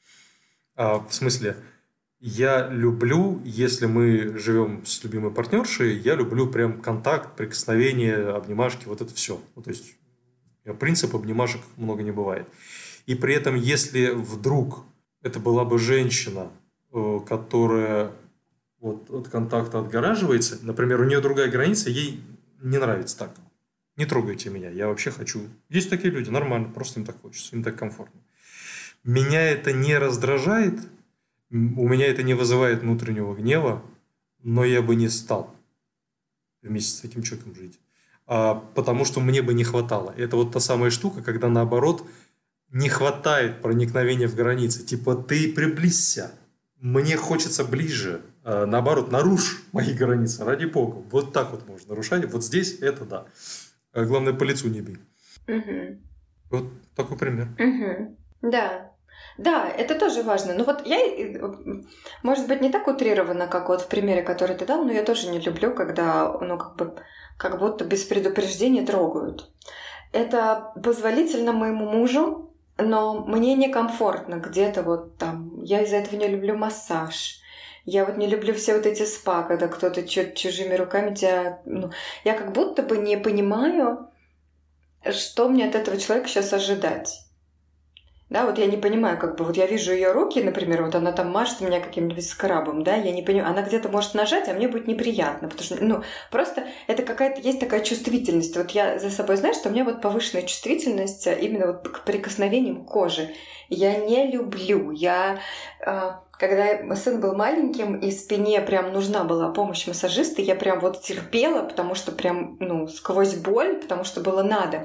В смысле... Я люблю, если мы живем с любимой партнершей, я люблю прям контакт, прикосновение, обнимашки, вот это все. Ну, то есть принцип обнимашек много не бывает. И при этом, если вдруг это была бы женщина, которая вот от контакта отгораживается, например, у нее другая граница, ей не нравится так. Не трогайте меня, я вообще хочу. Есть такие люди, нормально, просто им так хочется, им так комфортно. Меня это не раздражает. У меня это не вызывает внутреннего гнева, но я бы не стал вместе с таким человеком жить. Потому что мне бы не хватало. Это вот та самая штука, когда наоборот не хватает проникновения в границы. Типа ты приблизься, мне хочется ближе. Наоборот, нарушь мои границы, ради бога. Вот так вот можно нарушать. Вот здесь это да. Главное, по лицу не бей. Вот такой пример. Да. Да, это тоже важно. Но вот я, может быть, не так утрированно, как вот в примере, который ты дал, но я тоже не люблю, когда, ну, как будто без предупреждения трогают. Это позволительно моему мужу, но мне некомфортно где-то вот там. Я из-за этого не люблю массаж. Я вот не люблю все вот эти спа, когда кто-то чужими руками тебя... Ну, я как будто бы не понимаю, что мне от этого человека сейчас ожидать. Да, вот я не понимаю, как бы, вот я вижу ее руки, например, вот она там машет меня каким-нибудь скрабом, да, я не понимаю, она где-то может нажать, а мне будет неприятно, потому что, ну, просто это какая-то есть такая чувствительность. Вот я за собой знаю, что у меня вот повышенная чувствительность именно вот к прикосновениям кожи. Я не люблю, когда сын был маленьким, и спине прям нужна была помощь массажиста, я прям вот терпела, потому что прям, ну, сквозь боль, потому что было надо.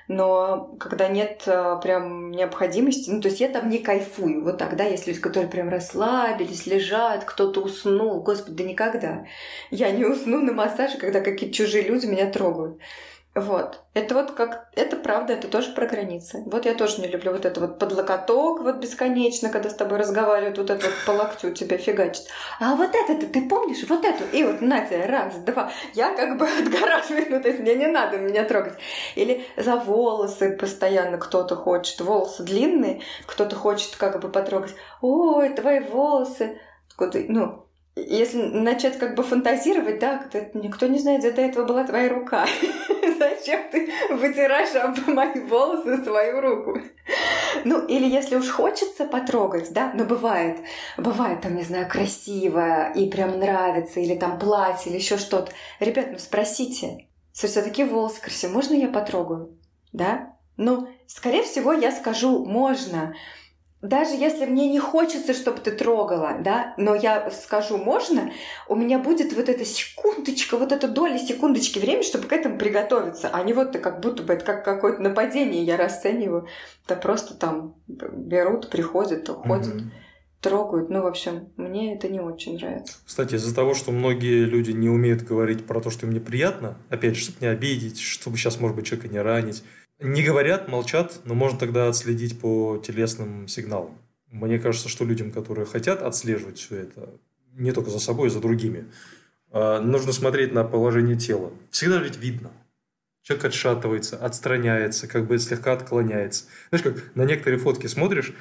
Но когда нет прям необходимости, ну, то есть я там не кайфую. Вот тогда есть люди, которые прям расслабились, лежат, кто-то уснул. Господи, да никогда. Я не усну на массаже, когда какие-то чужие люди меня трогают. Вот. Это вот как... Это правда, это тоже про границы. Вот я тоже не люблю вот это вот под локоток вот бесконечно, когда с тобой разговаривают, вот это вот по локтю тебя фигачит. А вот это-то ты помнишь? Вот эту? И вот на тебе, раз, два. Я как бы отгораживаюсь, ну то есть мне не надо меня трогать. Или за волосы постоянно кто-то хочет. Волосы длинные, кто-то хочет как бы потрогать. Ой, твои волосы. Ну, если начать как бы фантазировать, да, никто не знает, где до этого была твоя рука. Зачем ты вытираешь об мои волосы свою руку? Ну, или если уж хочется потрогать, да, но бывает там, не знаю, красиво и прям нравится, или там платье, или еще что-то. Ребят, ну спросите, слушайте, такие волосы красивые, можно я потрогаю? Да? Ну, скорее всего, я скажу, можно. Даже если мне не хочется, чтобы ты трогала, да, но я скажу «можно», у меня будет вот эта секундочка, вот эта доля секундочки времени, чтобы к этому приготовиться, а не вот ты как будто бы это как какое-то нападение я расцениваю. Да просто там берут, приходят, уходят, трогают. Ну, в общем, мне это не очень нравится. Кстати, из-за того, что многие люди не умеют говорить про то, что им неприятно, опять же, чтобы не обидеть, чтобы сейчас, может быть, человека не ранить, не говорят, молчат, но можно тогда отследить по телесным сигналам. Мне кажется, что людям, которые хотят отслеживать все это, не только за собой, а за другими, нужно смотреть на положение тела. Всегда ведь видно. Человек отшатывается, отстраняется, как бы слегка отклоняется. Знаешь, как на некоторые фотки смотришь,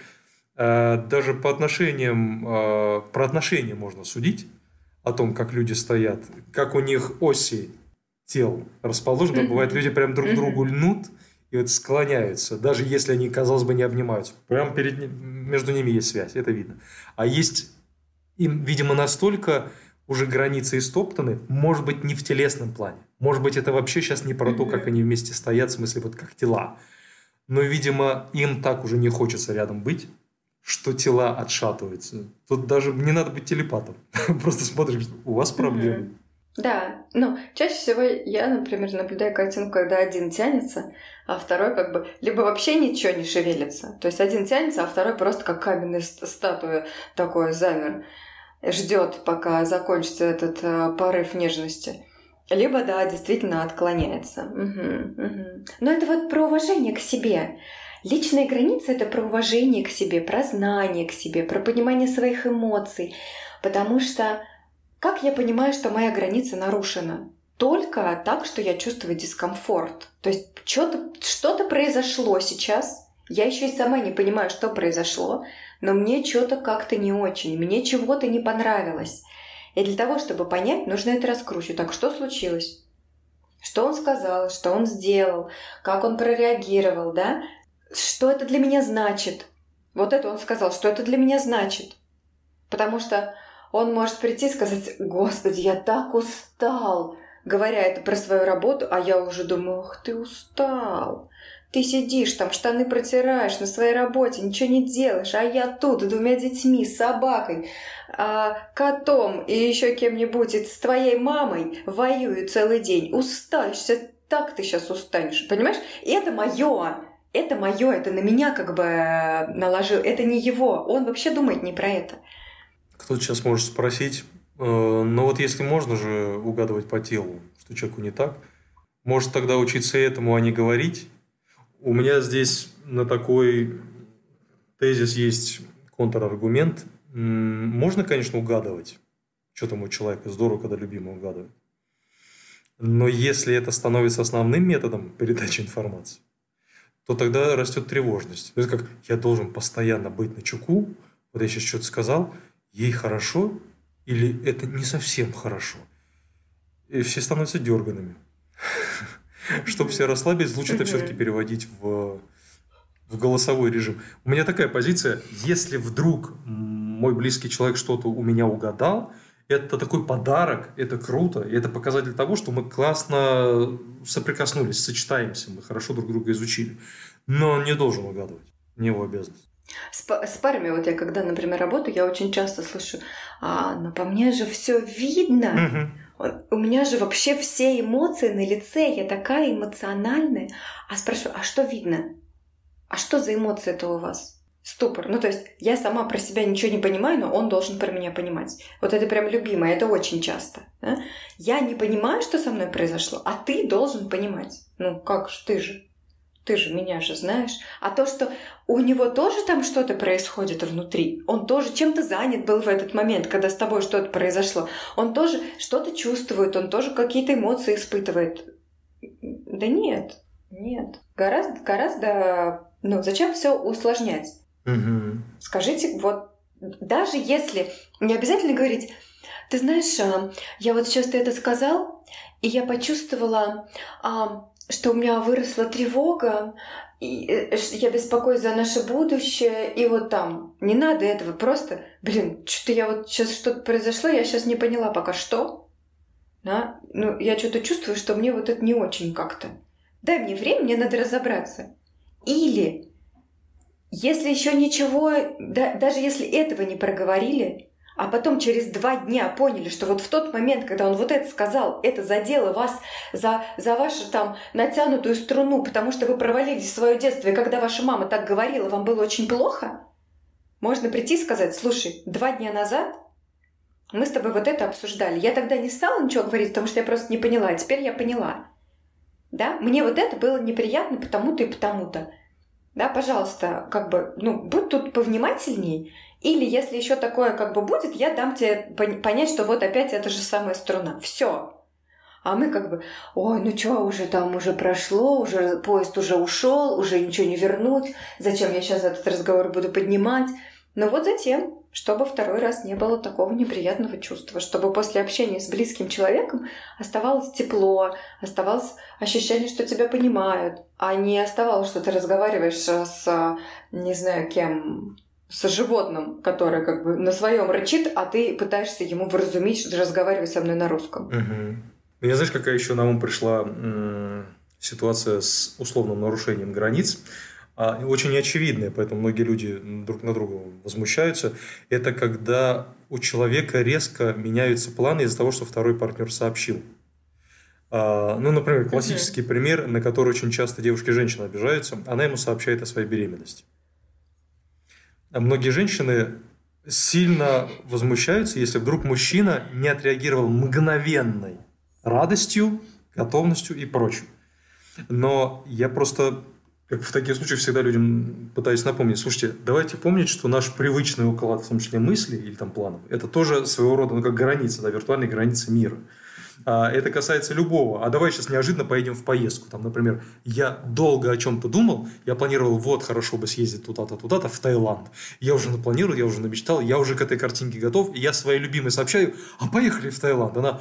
даже по отношениям, про отношения можно судить о том, как люди стоят, как у них оси тел расположены. Бывает, люди прям друг к другу льнут, и вот склоняются, даже если они, казалось бы, не обнимаются. Прямо между ними есть связь, это видно. А есть, им, видимо, настолько уже границы истоптаны, может быть, не в телесном плане. Может быть, это вообще сейчас не про то, как они вместе стоят, в смысле, вот как тела. Но, видимо, им так уже не хочется рядом быть, что тела отшатываются. Тут даже не надо быть телепатом. Просто смотришь, у вас проблемы. Да, ну, чаще всего я, например, наблюдаю картинку, когда один тянется, а второй как бы либо вообще ничего не шевелится. То есть один тянется, а второй просто как каменная статуя такой замер, ждет, пока закончится этот порыв нежности. Либо, да, действительно отклоняется. Но это вот про уважение к себе. Личные границы – это про уважение к себе, про знание к себе, про понимание своих эмоций. Потому что как я понимаю, что моя граница нарушена? Только так, что я чувствую дискомфорт. То есть что-то произошло сейчас. Я еще и сама не понимаю, что произошло, но мне что-то как-то не очень, мне чего-то не понравилось. И для того, чтобы понять, нужно это раскручивать. Так, что случилось? Что он сказал, что он сделал, как он прореагировал, да? Что это для меня значит? Вот это он сказал, что это для меня значит. Потому что он может прийти и сказать: «Господи, я так устал», говоря это про свою работу, а я уже думаю: «Ах, ты устал. Ты сидишь там, штаны протираешь на своей работе, ничего не делаешь, а я тут с 2 детьми, с собакой, котом и еще кем-нибудь, и с твоей мамой воюю целый день. Устаешь, так ты сейчас устанешь». Понимаешь? И это мое, это на меня как бы наложил, это не его, он вообще думает не про это. Кто-то сейчас может спросить, но вот если можно же угадывать по телу, что человеку не так, может тогда учиться этому, а не говорить? У меня здесь на такой тезис есть контраргумент. Можно, конечно, угадывать, что там у человека, здорово, когда любимый угадывает. Но если это становится основным методом передачи информации, то тогда растет тревожность. То есть как я должен постоянно быть начеку, вот я сейчас что-то сказал, ей хорошо, или это не совсем хорошо. И все становятся дергаными. Чтобы все расслабить, лучше это все-таки переводить в голосовой режим. У меня такая позиция, если вдруг мой близкий человек что-то у меня угадал, это такой подарок, это круто, и это показатель того, что мы классно соприкоснулись, сочетаемся, мы хорошо друг друга изучили. Но он не должен угадывать, не его обязанность. С парами, вот я когда, например, работаю, я очень часто слышу: но по мне же все видно. У меня же вообще все эмоции на лице, я такая эмоциональная. А спрашиваю, а что видно? А что за эмоции это у вас? Ступор. Ну, то есть я сама про себя ничего не понимаю, но он должен про меня понимать. Вот это прям любимое, это очень часто. Да? Я не понимаю, что со мной произошло, а ты должен понимать. Ну, как же, ты же меня же знаешь. А то, что у него тоже там что-то происходит внутри, он тоже чем-то занят был в этот момент, когда с тобой что-то произошло. Он тоже что-то чувствует, он тоже какие-то эмоции испытывает. Да нет. Гораздо, зачем все усложнять? Скажите, вот даже если не обязательно говорить: ты знаешь, я вот сейчас ты это сказал, и я почувствовала, что у меня выросла тревога, и я беспокоюсь за наше будущее, и вот там. Не надо этого, просто, что-то я вот сейчас что-то произошло, я сейчас не поняла пока что. Да? Я что-то чувствую, что мне вот это не очень как-то. Дай мне время, мне надо разобраться. Или, если еще ничего, даже если этого не проговорили, а потом через 2 дня поняли, что вот в тот момент, когда он вот это сказал, это задело вас за вашу там натянутую струну, потому что вы провалились в свое детство, и когда ваша мама так говорила, вам было очень плохо, можно прийти и сказать: слушай, 2 дня назад мы с тобой вот это обсуждали. Я тогда не стала ничего говорить, потому что я просто не поняла, а теперь я поняла. Да? Мне вот это было неприятно потому-то и потому-то. Да, пожалуйста, будь тут повнимательней. Или если еще такое будет, я дам тебе понять, что вот опять эта же самая струна. Все. А мы уже прошло, уже поезд уже ушел, уже ничего не вернуть. Зачем я сейчас этот разговор буду поднимать? Но вот затем, чтобы второй раз не было такого неприятного чувства, чтобы после общения с близким человеком оставалось тепло, оставалось ощущение, что тебя понимают, а не оставалось, что ты разговариваешь с, не знаю кем, с животным, которое на своем рычит, а ты пытаешься ему вразумить, что разговаривай со мной на русском. Угу. Я знаешь, какая еще на ум пришла ситуация с условным нарушением границ? Очень неочевидная, поэтому многие люди друг на друга возмущаются. Это когда у человека резко меняются планы из-за того, что второй партнер сообщил. Например, классический пример, на который очень часто девушки и женщины обижаются. Она ему сообщает о своей беременности. Многие женщины сильно возмущаются, если вдруг мужчина не отреагировал мгновенной радостью, готовностью и прочим. Но я просто, как в таких случаях, всегда людям пытаюсь напомнить: слушайте, давайте помнить, что наш привычный уклад, в том числе мысли или планов, это тоже своего рода, как граница, виртуальные границы мира. Это касается любого. А давай сейчас неожиданно поедем в поездку. Например, я долго о чем-то думал, я планировал, хорошо бы съездить туда-то, туда-то, в Таиланд. Я уже напланировал, я уже намечтал, я уже к этой картинке готов, и я своей любимой сообщаю: поехали в Таиланд. Она: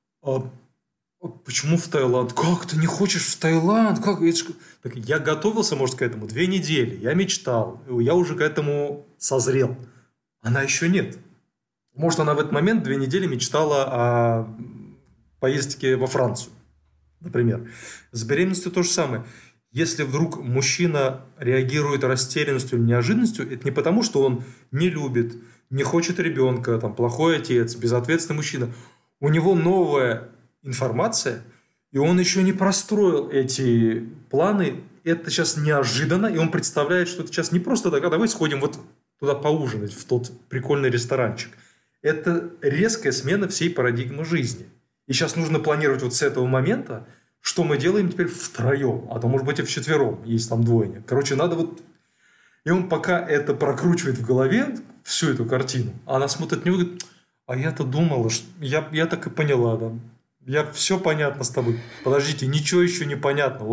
почему в Таиланд? Как ты не хочешь в Таиланд? Как? Так я готовился, может, к этому 2 недели. Я мечтал. Я уже к этому созрел. Она еще нет. Может, она в этот момент 2 недели мечтала о поездке во Францию, например. С беременностью то же самое. Если вдруг мужчина реагирует растерянностью или неожиданностью, это не потому, что он не любит, не хочет ребенка, плохой отец, безответственный мужчина. У него новая информация, и он еще не простроил эти планы. Это сейчас неожиданно, и он представляет, что это сейчас не просто так: давай сходим туда поужинать, в тот прикольный ресторанчик. Это резкая смена всей парадигмы жизни. И сейчас нужно планировать с этого момента, что мы делаем теперь втроем, а то, может быть, и вчетвером, есть там двойня. Короче, надо И он пока это прокручивает в голове, всю эту картину, она смотрит на него и говорит: а я-то думала, что... я так и поняла, да. Все понятно с тобой. Подождите, ничего еще не понятно.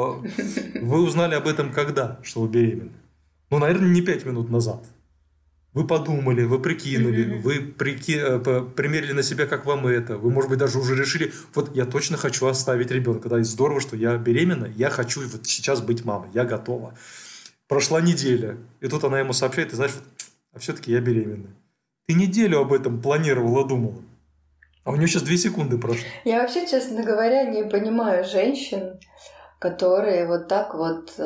Вы узнали об этом когда, что вы беременны? Наверное, не 5 минут назад. Вы подумали, вы прикинули, вы примерили на себя, как вам это. Вы, может быть, даже уже решили, вот я точно хочу оставить ребенка. Да, и здорово, что я беременна, я хочу вот сейчас быть мамой, я готова. Прошла неделя, и тут она ему сообщает, ты знаешь, а все-таки я беременна. Ты неделю об этом планировала, думала. А у нее сейчас 2 секунды прошло. Я вообще, честно говоря, не понимаю женщин, которые вот так вот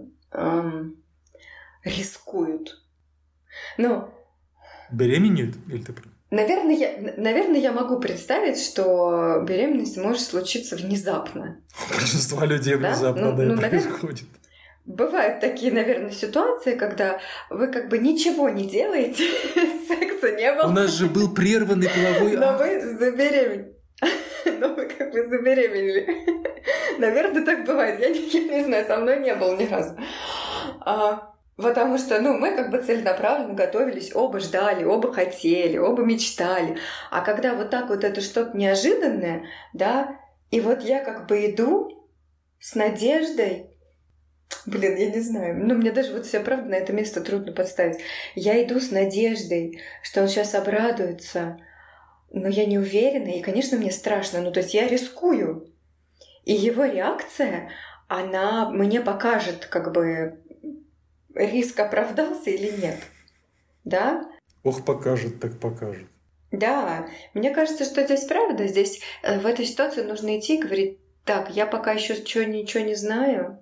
рискуют. Ну, беременеют? Или ты... Наверное, я могу представить, что беременность может случиться внезапно. У большинства людей внезапно, происходит. Бывают такие, наверное, ситуации, когда вы как бы ничего не делаете, секса не было. У нас же был прерванный половой акт. Но вы забеременели. Но вы как бы забеременели. Наверное, так бывает. Я не знаю, со мной не было ни разу. Потому что, мы как бы целенаправленно готовились, оба ждали, оба хотели, оба мечтали. А когда вот так вот это что-то неожиданное, да, и вот я как бы иду с надеждой, я не знаю, мне даже вот себя, правда, на это место трудно подставить. Я иду с надеждой, что он сейчас обрадуется, но я не уверена, и, конечно, мне страшно, то есть я рискую. И его реакция, она мне покажет, как бы, риск оправдался или нет. Да? Ох, покажет, так покажет. Да, мне кажется, что здесь правда. Здесь в этой ситуации нужно идти и говорить, так, я пока еще ничего не знаю.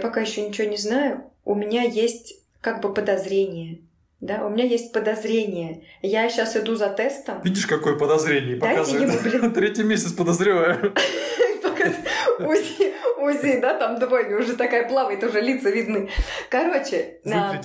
У меня есть как бы подозрение. Да, у меня есть подозрение. Я сейчас иду за тестом. Видишь, какое подозрение показывает? 3-й месяц подозреваю. УЗИ, да, там двойня уже такая плавает, уже лица видны. Короче,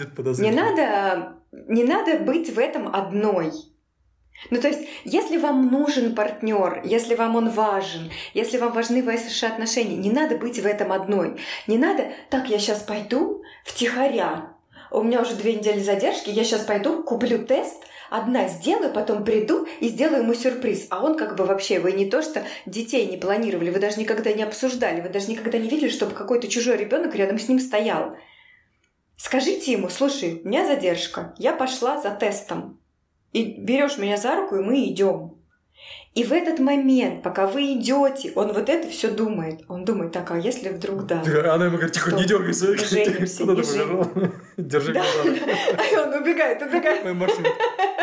не надо быть в этом одной. То есть, если вам нужен партнер, если вам он важен, если вам важны ваши отношения, не надо быть в этом одной. Не надо, так, я сейчас пойду втихаря. У меня уже 2 недели задержки, я сейчас пойду, куплю тест, одна сделаю, потом приду и сделаю ему сюрприз. А он как бы вообще, вы не то что детей не планировали, вы даже никогда не обсуждали, вы даже никогда не видели, чтобы какой-то чужой ребенок рядом с ним стоял. Скажите ему, слушай, у меня задержка, я пошла за тестом. И берешь меня за руку, и мы идем. И в этот момент, пока вы идете, он вот это все думает. Он думает, так, а если вдруг да? Она ему говорит, тихо, не дергайся. Мы женимся, не женимся. Держи меня за руку. И он убегает. Мой маршрут.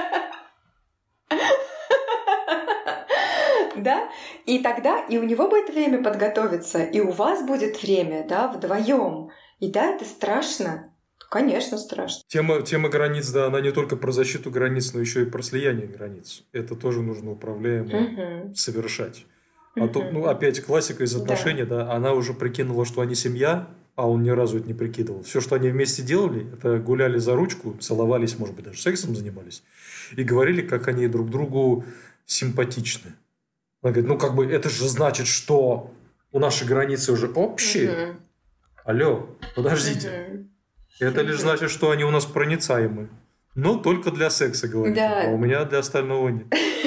Да? И тогда и у него будет время подготовиться, и у вас будет время, да, вдвоем. И да, это страшно. Конечно, страшно. Тема границ, да, она не только про защиту границ, но еще и про слияние границ. Это тоже нужно управляемо совершать. А то, опять классика из отношений, да, она уже прикинула, что они семья, а он ни разу это не прикидывал. Все, что они вместе делали, это гуляли за ручку, целовались, может быть, даже сексом занимались, и говорили, как они друг другу симпатичны. Она говорит, это же значит, что у нашей границы уже общие. Алло, подождите. Это лишь значит, что они у нас проницаемы. Но только для секса, говорит. Да. А у меня для остального нет.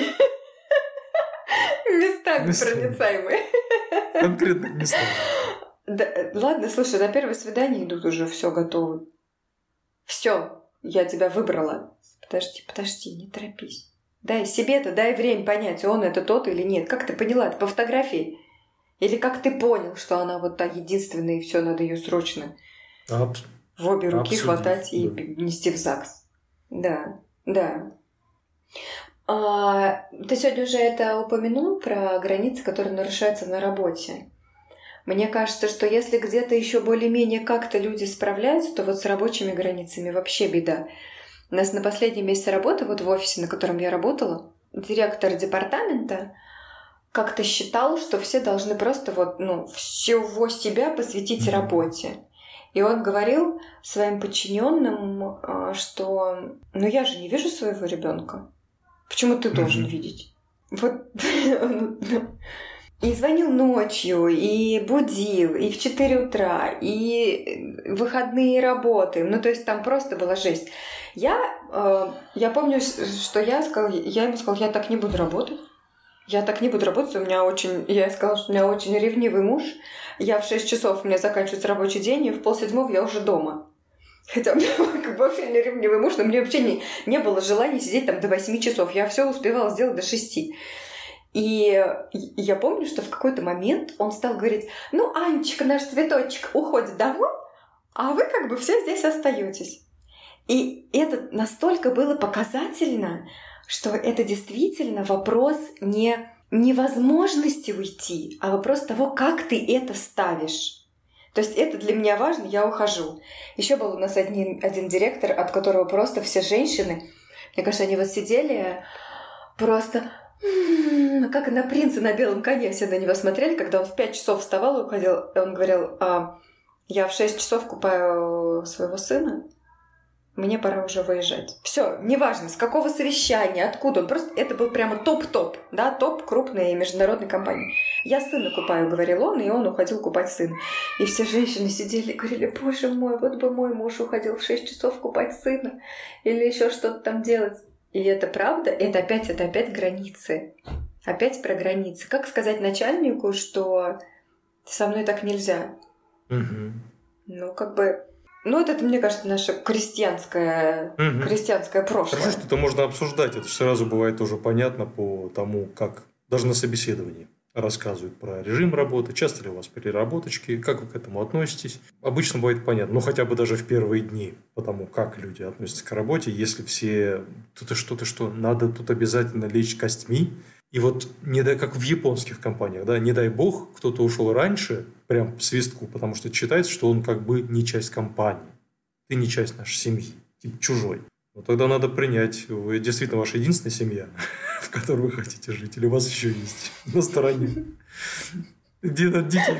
Местами проницаемые. Конкретных местах. Да, ладно, слушай, на первое свидание идут уже все готово. Все, я тебя выбрала. Подожди, не торопись. Дай себе-то, дай время понять, он это тот или нет. Как ты поняла? Это по фотографии? Или как ты понял, что она вот та единственная, и все, надо ее срочно в обе руки хватать и нести в ЗАГС. Да. Ты сегодня уже это упомянул про границы, которые нарушаются на работе. Мне кажется, что если где-то еще более-менее как-то люди справляются, то вот с рабочими границами вообще беда. У нас на последнем месте работы, вот в офисе, на котором я работала, директор департамента как-то считал, что все должны просто всего себя посвятить работе. И он говорил своим подчиненным, что я же не вижу своего ребенка. Почему ты должен видеть? И звонил ночью, и будил, и в 4 утра, и выходные работы. То есть там просто была жесть. Я помню, что я ему сказала, я так не буду работать. Я сказала, что у меня очень ревнивый муж. Я в 6 часов, у меня заканчивается рабочий день, и в 6:30 я уже дома. Хотя у меня как бы вообще не ревнивый муж, но мне вообще не было желания сидеть там до 8 часов. Я все успевала сделать до 6. И я помню, что в какой-то момент он стал говорить: ну, Анечка, наш цветочек, уходит домой, а вы как бы все здесь остаетесь. И это настолько было показательно, что это действительно вопрос не невозможности уйти, а вопрос того, как ты это ставишь. То есть это для меня важно, я ухожу. Еще был у нас один директор, от которого просто все женщины, мне кажется, они вот сидели просто как на принца на белом коне, все на него смотрели, когда он в 5 часов вставал и уходил. И он говорил: я в 6 часов купаю своего сына, мне пора уже выезжать. Все, неважно, с какого совещания, откуда он. Просто это был прямо топ-топ, да, топ крупной международной компании. Я сына купаю, говорил он, и он уходил купать сына. И все женщины сидели и говорили: боже мой, вот бы мой муж уходил в 6 часов купать сына или еще что-то там делать. И это правда, это опять границы. Опять про границы. Как сказать начальнику, что со мной так нельзя? Угу. Ну, как бы... Ну, это, мне кажется, наше крестьянское прошлое. Хорошо, что это можно обсуждать. Это сразу бывает тоже понятно по тому, как даже на собеседовании рассказывают про режим работы, часто ли у вас переработочки, как вы к этому относитесь. Обычно бывает понятно, ну хотя бы даже в первые дни, потому как люди относятся к работе, если все тут что, надо тут обязательно лечь костьми. И вот не дай, как в японских компаниях, да, не дай бог, кто-то ушел раньше, прям по свистку, потому что считается, что он как бы не часть компании. Ты не часть нашей семьи, типа чужой. Но тогда надо принять, вы действительно ваша единственная семья, в которой вы хотите жить, или у вас еще есть на стороне. Где детей?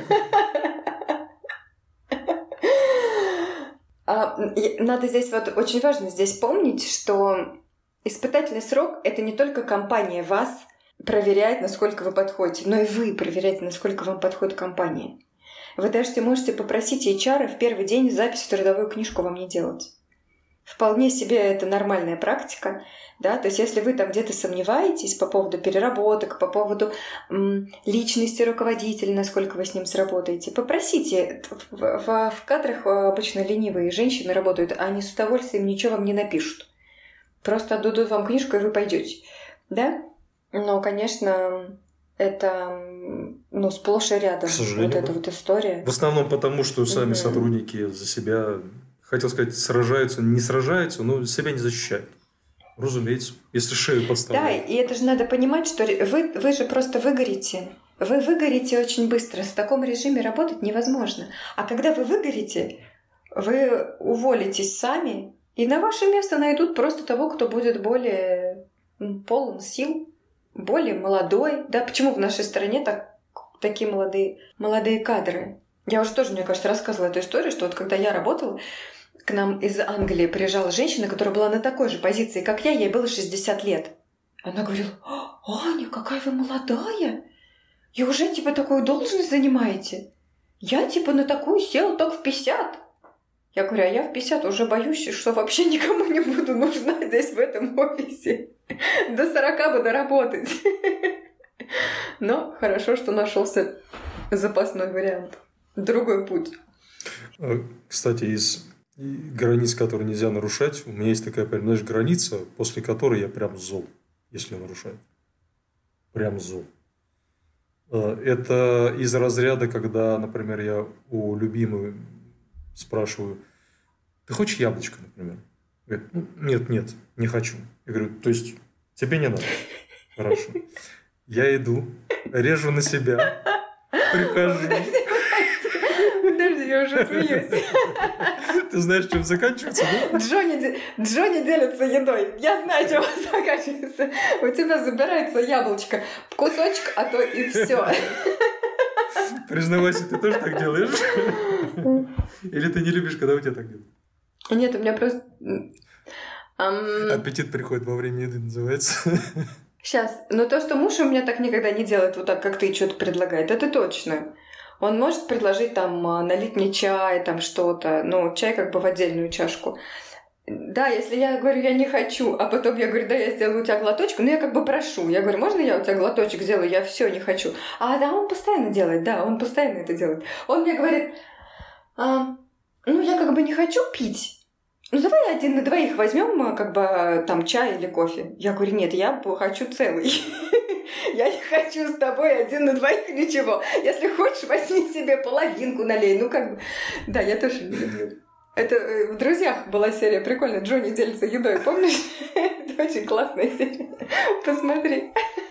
Надо здесь вот очень важно здесь помнить, что испытательный срок — это не только компания вас проверяет, насколько вы подходите, но и вы проверяете, насколько вам подходит компания. Вы даже можете попросить HR в первый день запись в трудовую книжку вам не делать. Вполне себе это нормальная практика, да, то есть если вы там где-то сомневаетесь по поводу переработок, по поводу личности руководителя, насколько вы с ним сработаете, попросите. В кадрах обычно ленивые женщины работают, а они с удовольствием ничего вам не напишут. Просто отдадут вам книжку, и вы пойдете, да? Но, конечно, это сплошь и рядом. К сожалению, вот эта вот история. В основном потому, что сами сотрудники за себя, хотел сказать, сражаются, не сражаются, но себя не защищают. Разумеется, если шею подставляют. Да, и это же надо понимать, что вы же просто выгорите. Вы выгорите очень быстро. В таком режиме работать невозможно. А когда вы выгорите, вы уволитесь сами, и на ваше место найдут просто того, кто будет более полон сил, более молодой. Да, почему в нашей стране такие молодые кадры? Я уже тоже, мне кажется, рассказывала эту историю, что вот когда я работала, к нам из Англии приезжала женщина, которая была на такой же позиции, как я, ей было 60 лет. Она говорила: «Аня, какая вы молодая! И уже такую должность занимаете? Я на такую села только в 50». Я говорю: а я в 50 уже боюсь, что вообще никому не буду нужна здесь, в этом офисе. До 40 буду работать. Но хорошо, что нашелся запасной вариант. Другой путь. Кстати, из границ, которые нельзя нарушать, у меня есть такая, понимаешь, граница, после которой я прям зол, если я нарушаю. Прям зол. Это из разряда, когда, например, я у любимой спрашиваю: ты хочешь яблочко, например? Говорит: нет, не хочу. Я говорю: то есть тебе не надо? Хорошо. Я иду, режу на себя, прихожу. Подожди, я уже смеюсь. Ты знаешь, чем заканчивается, да? Джонни делится едой. Я знаю, чем заканчивается. У тебя забирается яблочко, кусочек, а то и все. Признавайся, ты тоже так делаешь? Или ты не любишь, когда у тебя так делают? Нет, у меня просто... Аппетит приходит во время еды, называется. Сейчас. Но то, что муж у меня так никогда не делает, вот так, как ты что-то предлагает, это точно. Он может предложить налить мне чай, что-то, чай как бы в отдельную чашку. Да, если я говорю: я не хочу, а потом я говорю: да, я сделаю у тебя глоточек, я как бы прошу. Я говорю: можно я у тебя глоточек сделаю? Я все не хочу. Да, он постоянно делает, он постоянно это делает. Он мне говорит: я как бы не хочу пить, ну давай 1 на 2 возьмем, как бы там чай или кофе. Я говорю, нет, я хочу целый. Я не хочу с тобой 1 на 2 ничего. Если хочешь, возьми себе половинку налей. Ну как бы, да, я тоже не люблю. Это в «Друзьях» была серия прикольная. Джонни делится едой, помнишь? Это очень классная серия. Посмотри.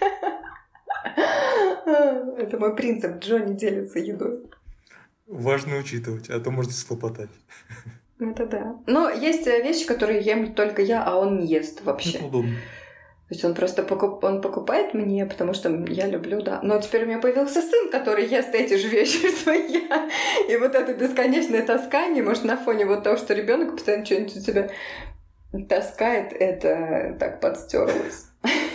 Это мой принцип. Джонни делится едой. Важно учитывать, а то можно схлопотать. Это да. Но есть вещи, которые ем только я, а он не ест вообще. Это удобно. То есть он просто покупает мне, потому что я люблю, да. Но теперь у меня появился сын, который ест эти же вещи, что и я. И вот это бесконечное таскание, может, на фоне вот того, что ребенок постоянно что-нибудь у тебя таскает, это так подстерлось.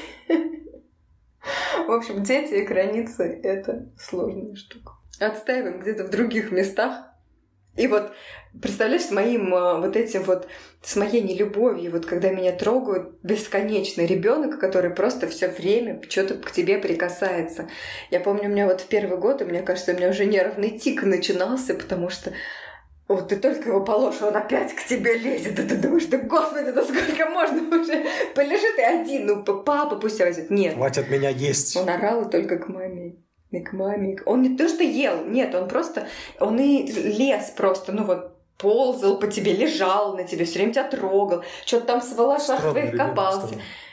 В общем, дети и границы — это сложная штука. Отстаиваем где-то в других местах. И вот, представляешь, с моим вот этим вот, с моей нелюбовью, вот когда меня трогают бесконечно ребенок, который просто все время что-то к тебе прикасается. Я помню, у меня вот в первый год, и мне кажется, у меня уже нервный тик начинался, потому что вот ты только его положишь, он опять к тебе лезет, и ты думаешь, да господи, да сколько можно уже? Полежи ты один, ну папа пусть возьмет. Нет. Хватит меня есть. Он орал только к маме. И к маме. Он не то что ел, нет, он просто, он и лез просто, ну вот, ползал по тебе, лежал на тебе, все время тебя трогал, что-то там в волосах твоих копался.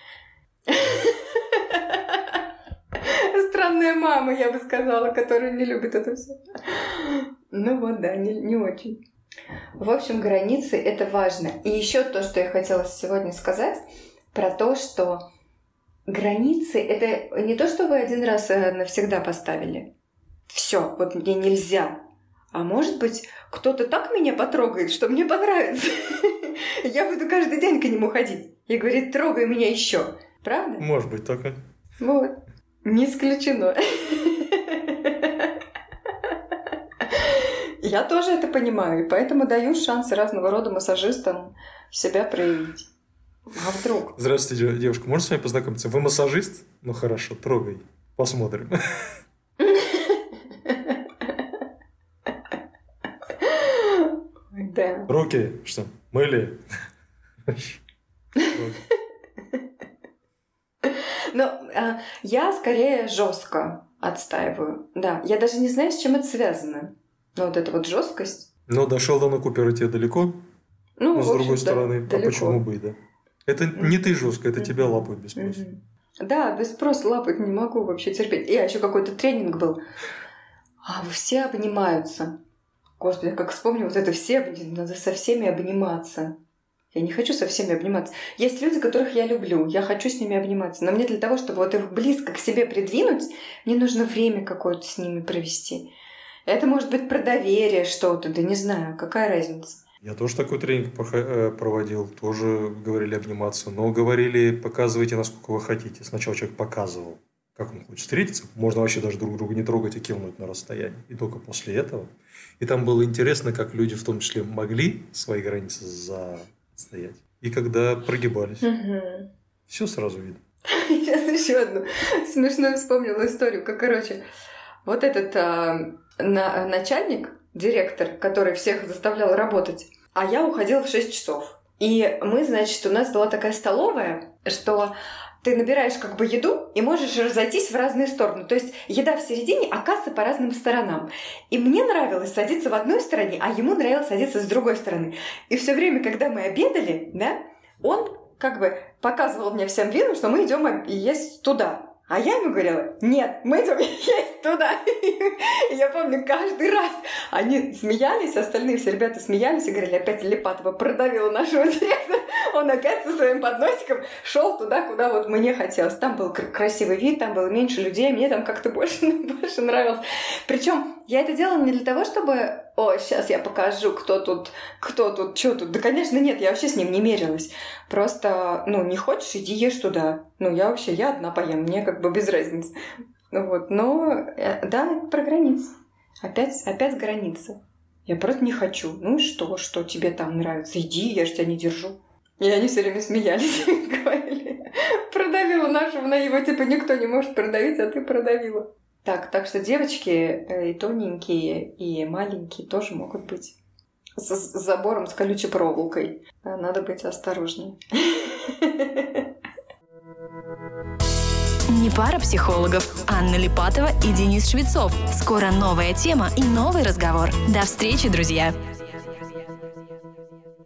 Странная мама, я бы сказала, которая не любит это все. Ну вот, да, не очень. В общем, границы — это важно. И еще то, что я хотела сегодня сказать, про то, что границы — это не то, что вы один раз навсегда поставили. Все, вот мне нельзя. А может быть, кто-то так меня потрогает, что мне понравится. Я буду каждый день к нему ходить и говорить, трогай меня еще. Правда? Может быть, только. Вот. Не исключено. Я тоже это понимаю, и поэтому даю шансы разного рода массажистам себя проявить. А вдруг? Здравствуйте, девушка, можно с вами познакомиться? Вы массажист? Ну хорошо, трогай. Посмотрим. Да. Руки, что, мыли? Ну, я скорее жестко отстаиваю. Да, я даже не знаю, с чем это связано. Но вот эта вот жесткость. Ну, дошел до Купера тебе далеко. Ну, но с другой стороны, далеко. А почему бы и да? Это не ты жестко, это тебя лапают без спроса. Да, без спроса лапать не могу вообще терпеть. И еще какой-то тренинг был. Все обнимаются. Господи, как вспомню вот это все, надо со всеми обниматься. Я не хочу со всеми обниматься. Есть люди, которых я люблю, я хочу с ними обниматься. Но мне для того, чтобы вот их близко к себе придвинуть, мне нужно время какое-то с ними провести. Это может быть про доверие что-то, да не знаю, какая разница. Я тоже такой тренинг проводил, тоже говорили обниматься, но говорили, показывайте, насколько вы хотите. Сначала человек показывал, как он хочет встретиться. Можно вообще даже друг друга не трогать и кивнуть на расстоянии. И только после этого. И там было интересно, как люди в том числе могли свои границы отстоять. И когда прогибались. Все сразу видно. Сейчас еще одну смешную вспомнила историю. Вот этот начальник, директор, который всех заставлял работать, а я уходила в 6 часов. И мы, значит, у нас была такая столовая, что ты набираешь как бы еду и можешь разойтись в разные стороны. То есть еда в середине, а касса по разным сторонам. И мне нравилось садиться в одной стороне, а ему нравилось садиться с другой стороны. И все время, когда мы обедали, да, он как бы показывал мне всем видом, что мы идем есть туда. А я ему говорила, нет, мы идем есть туда. И я помню, каждый раз они смеялись, остальные все ребята смеялись и говорили, опять Липатова продавила нашего директора. Он опять со своим подносиком шел туда, куда вот мне хотелось. Там был красивый вид, там было меньше людей, мне там как-то больше нравилось. Причем я это делала не для того, чтобы, сейчас я покажу, кто тут, что тут. Да, конечно, нет, я вообще с ним не мерилась. Просто, не хочешь, иди ешь туда. Я одна поем, мне как бы без разницы. Вот, но, да, про границы. Опять границы. Я просто не хочу. Ну и что тебе там нравится? Иди, я же тебя не держу. И они все время смеялись, говорили, продавила нашего, на его типа никто не может продавить, а ты продавила. Так что девочки и тоненькие, и маленькие тоже могут быть с забором, с колючей проволокой. Надо быть осторожным. Не пара психологов. Анна Липатова и Денис Швецов. Скоро новая тема и новый разговор. До встречи, друзья!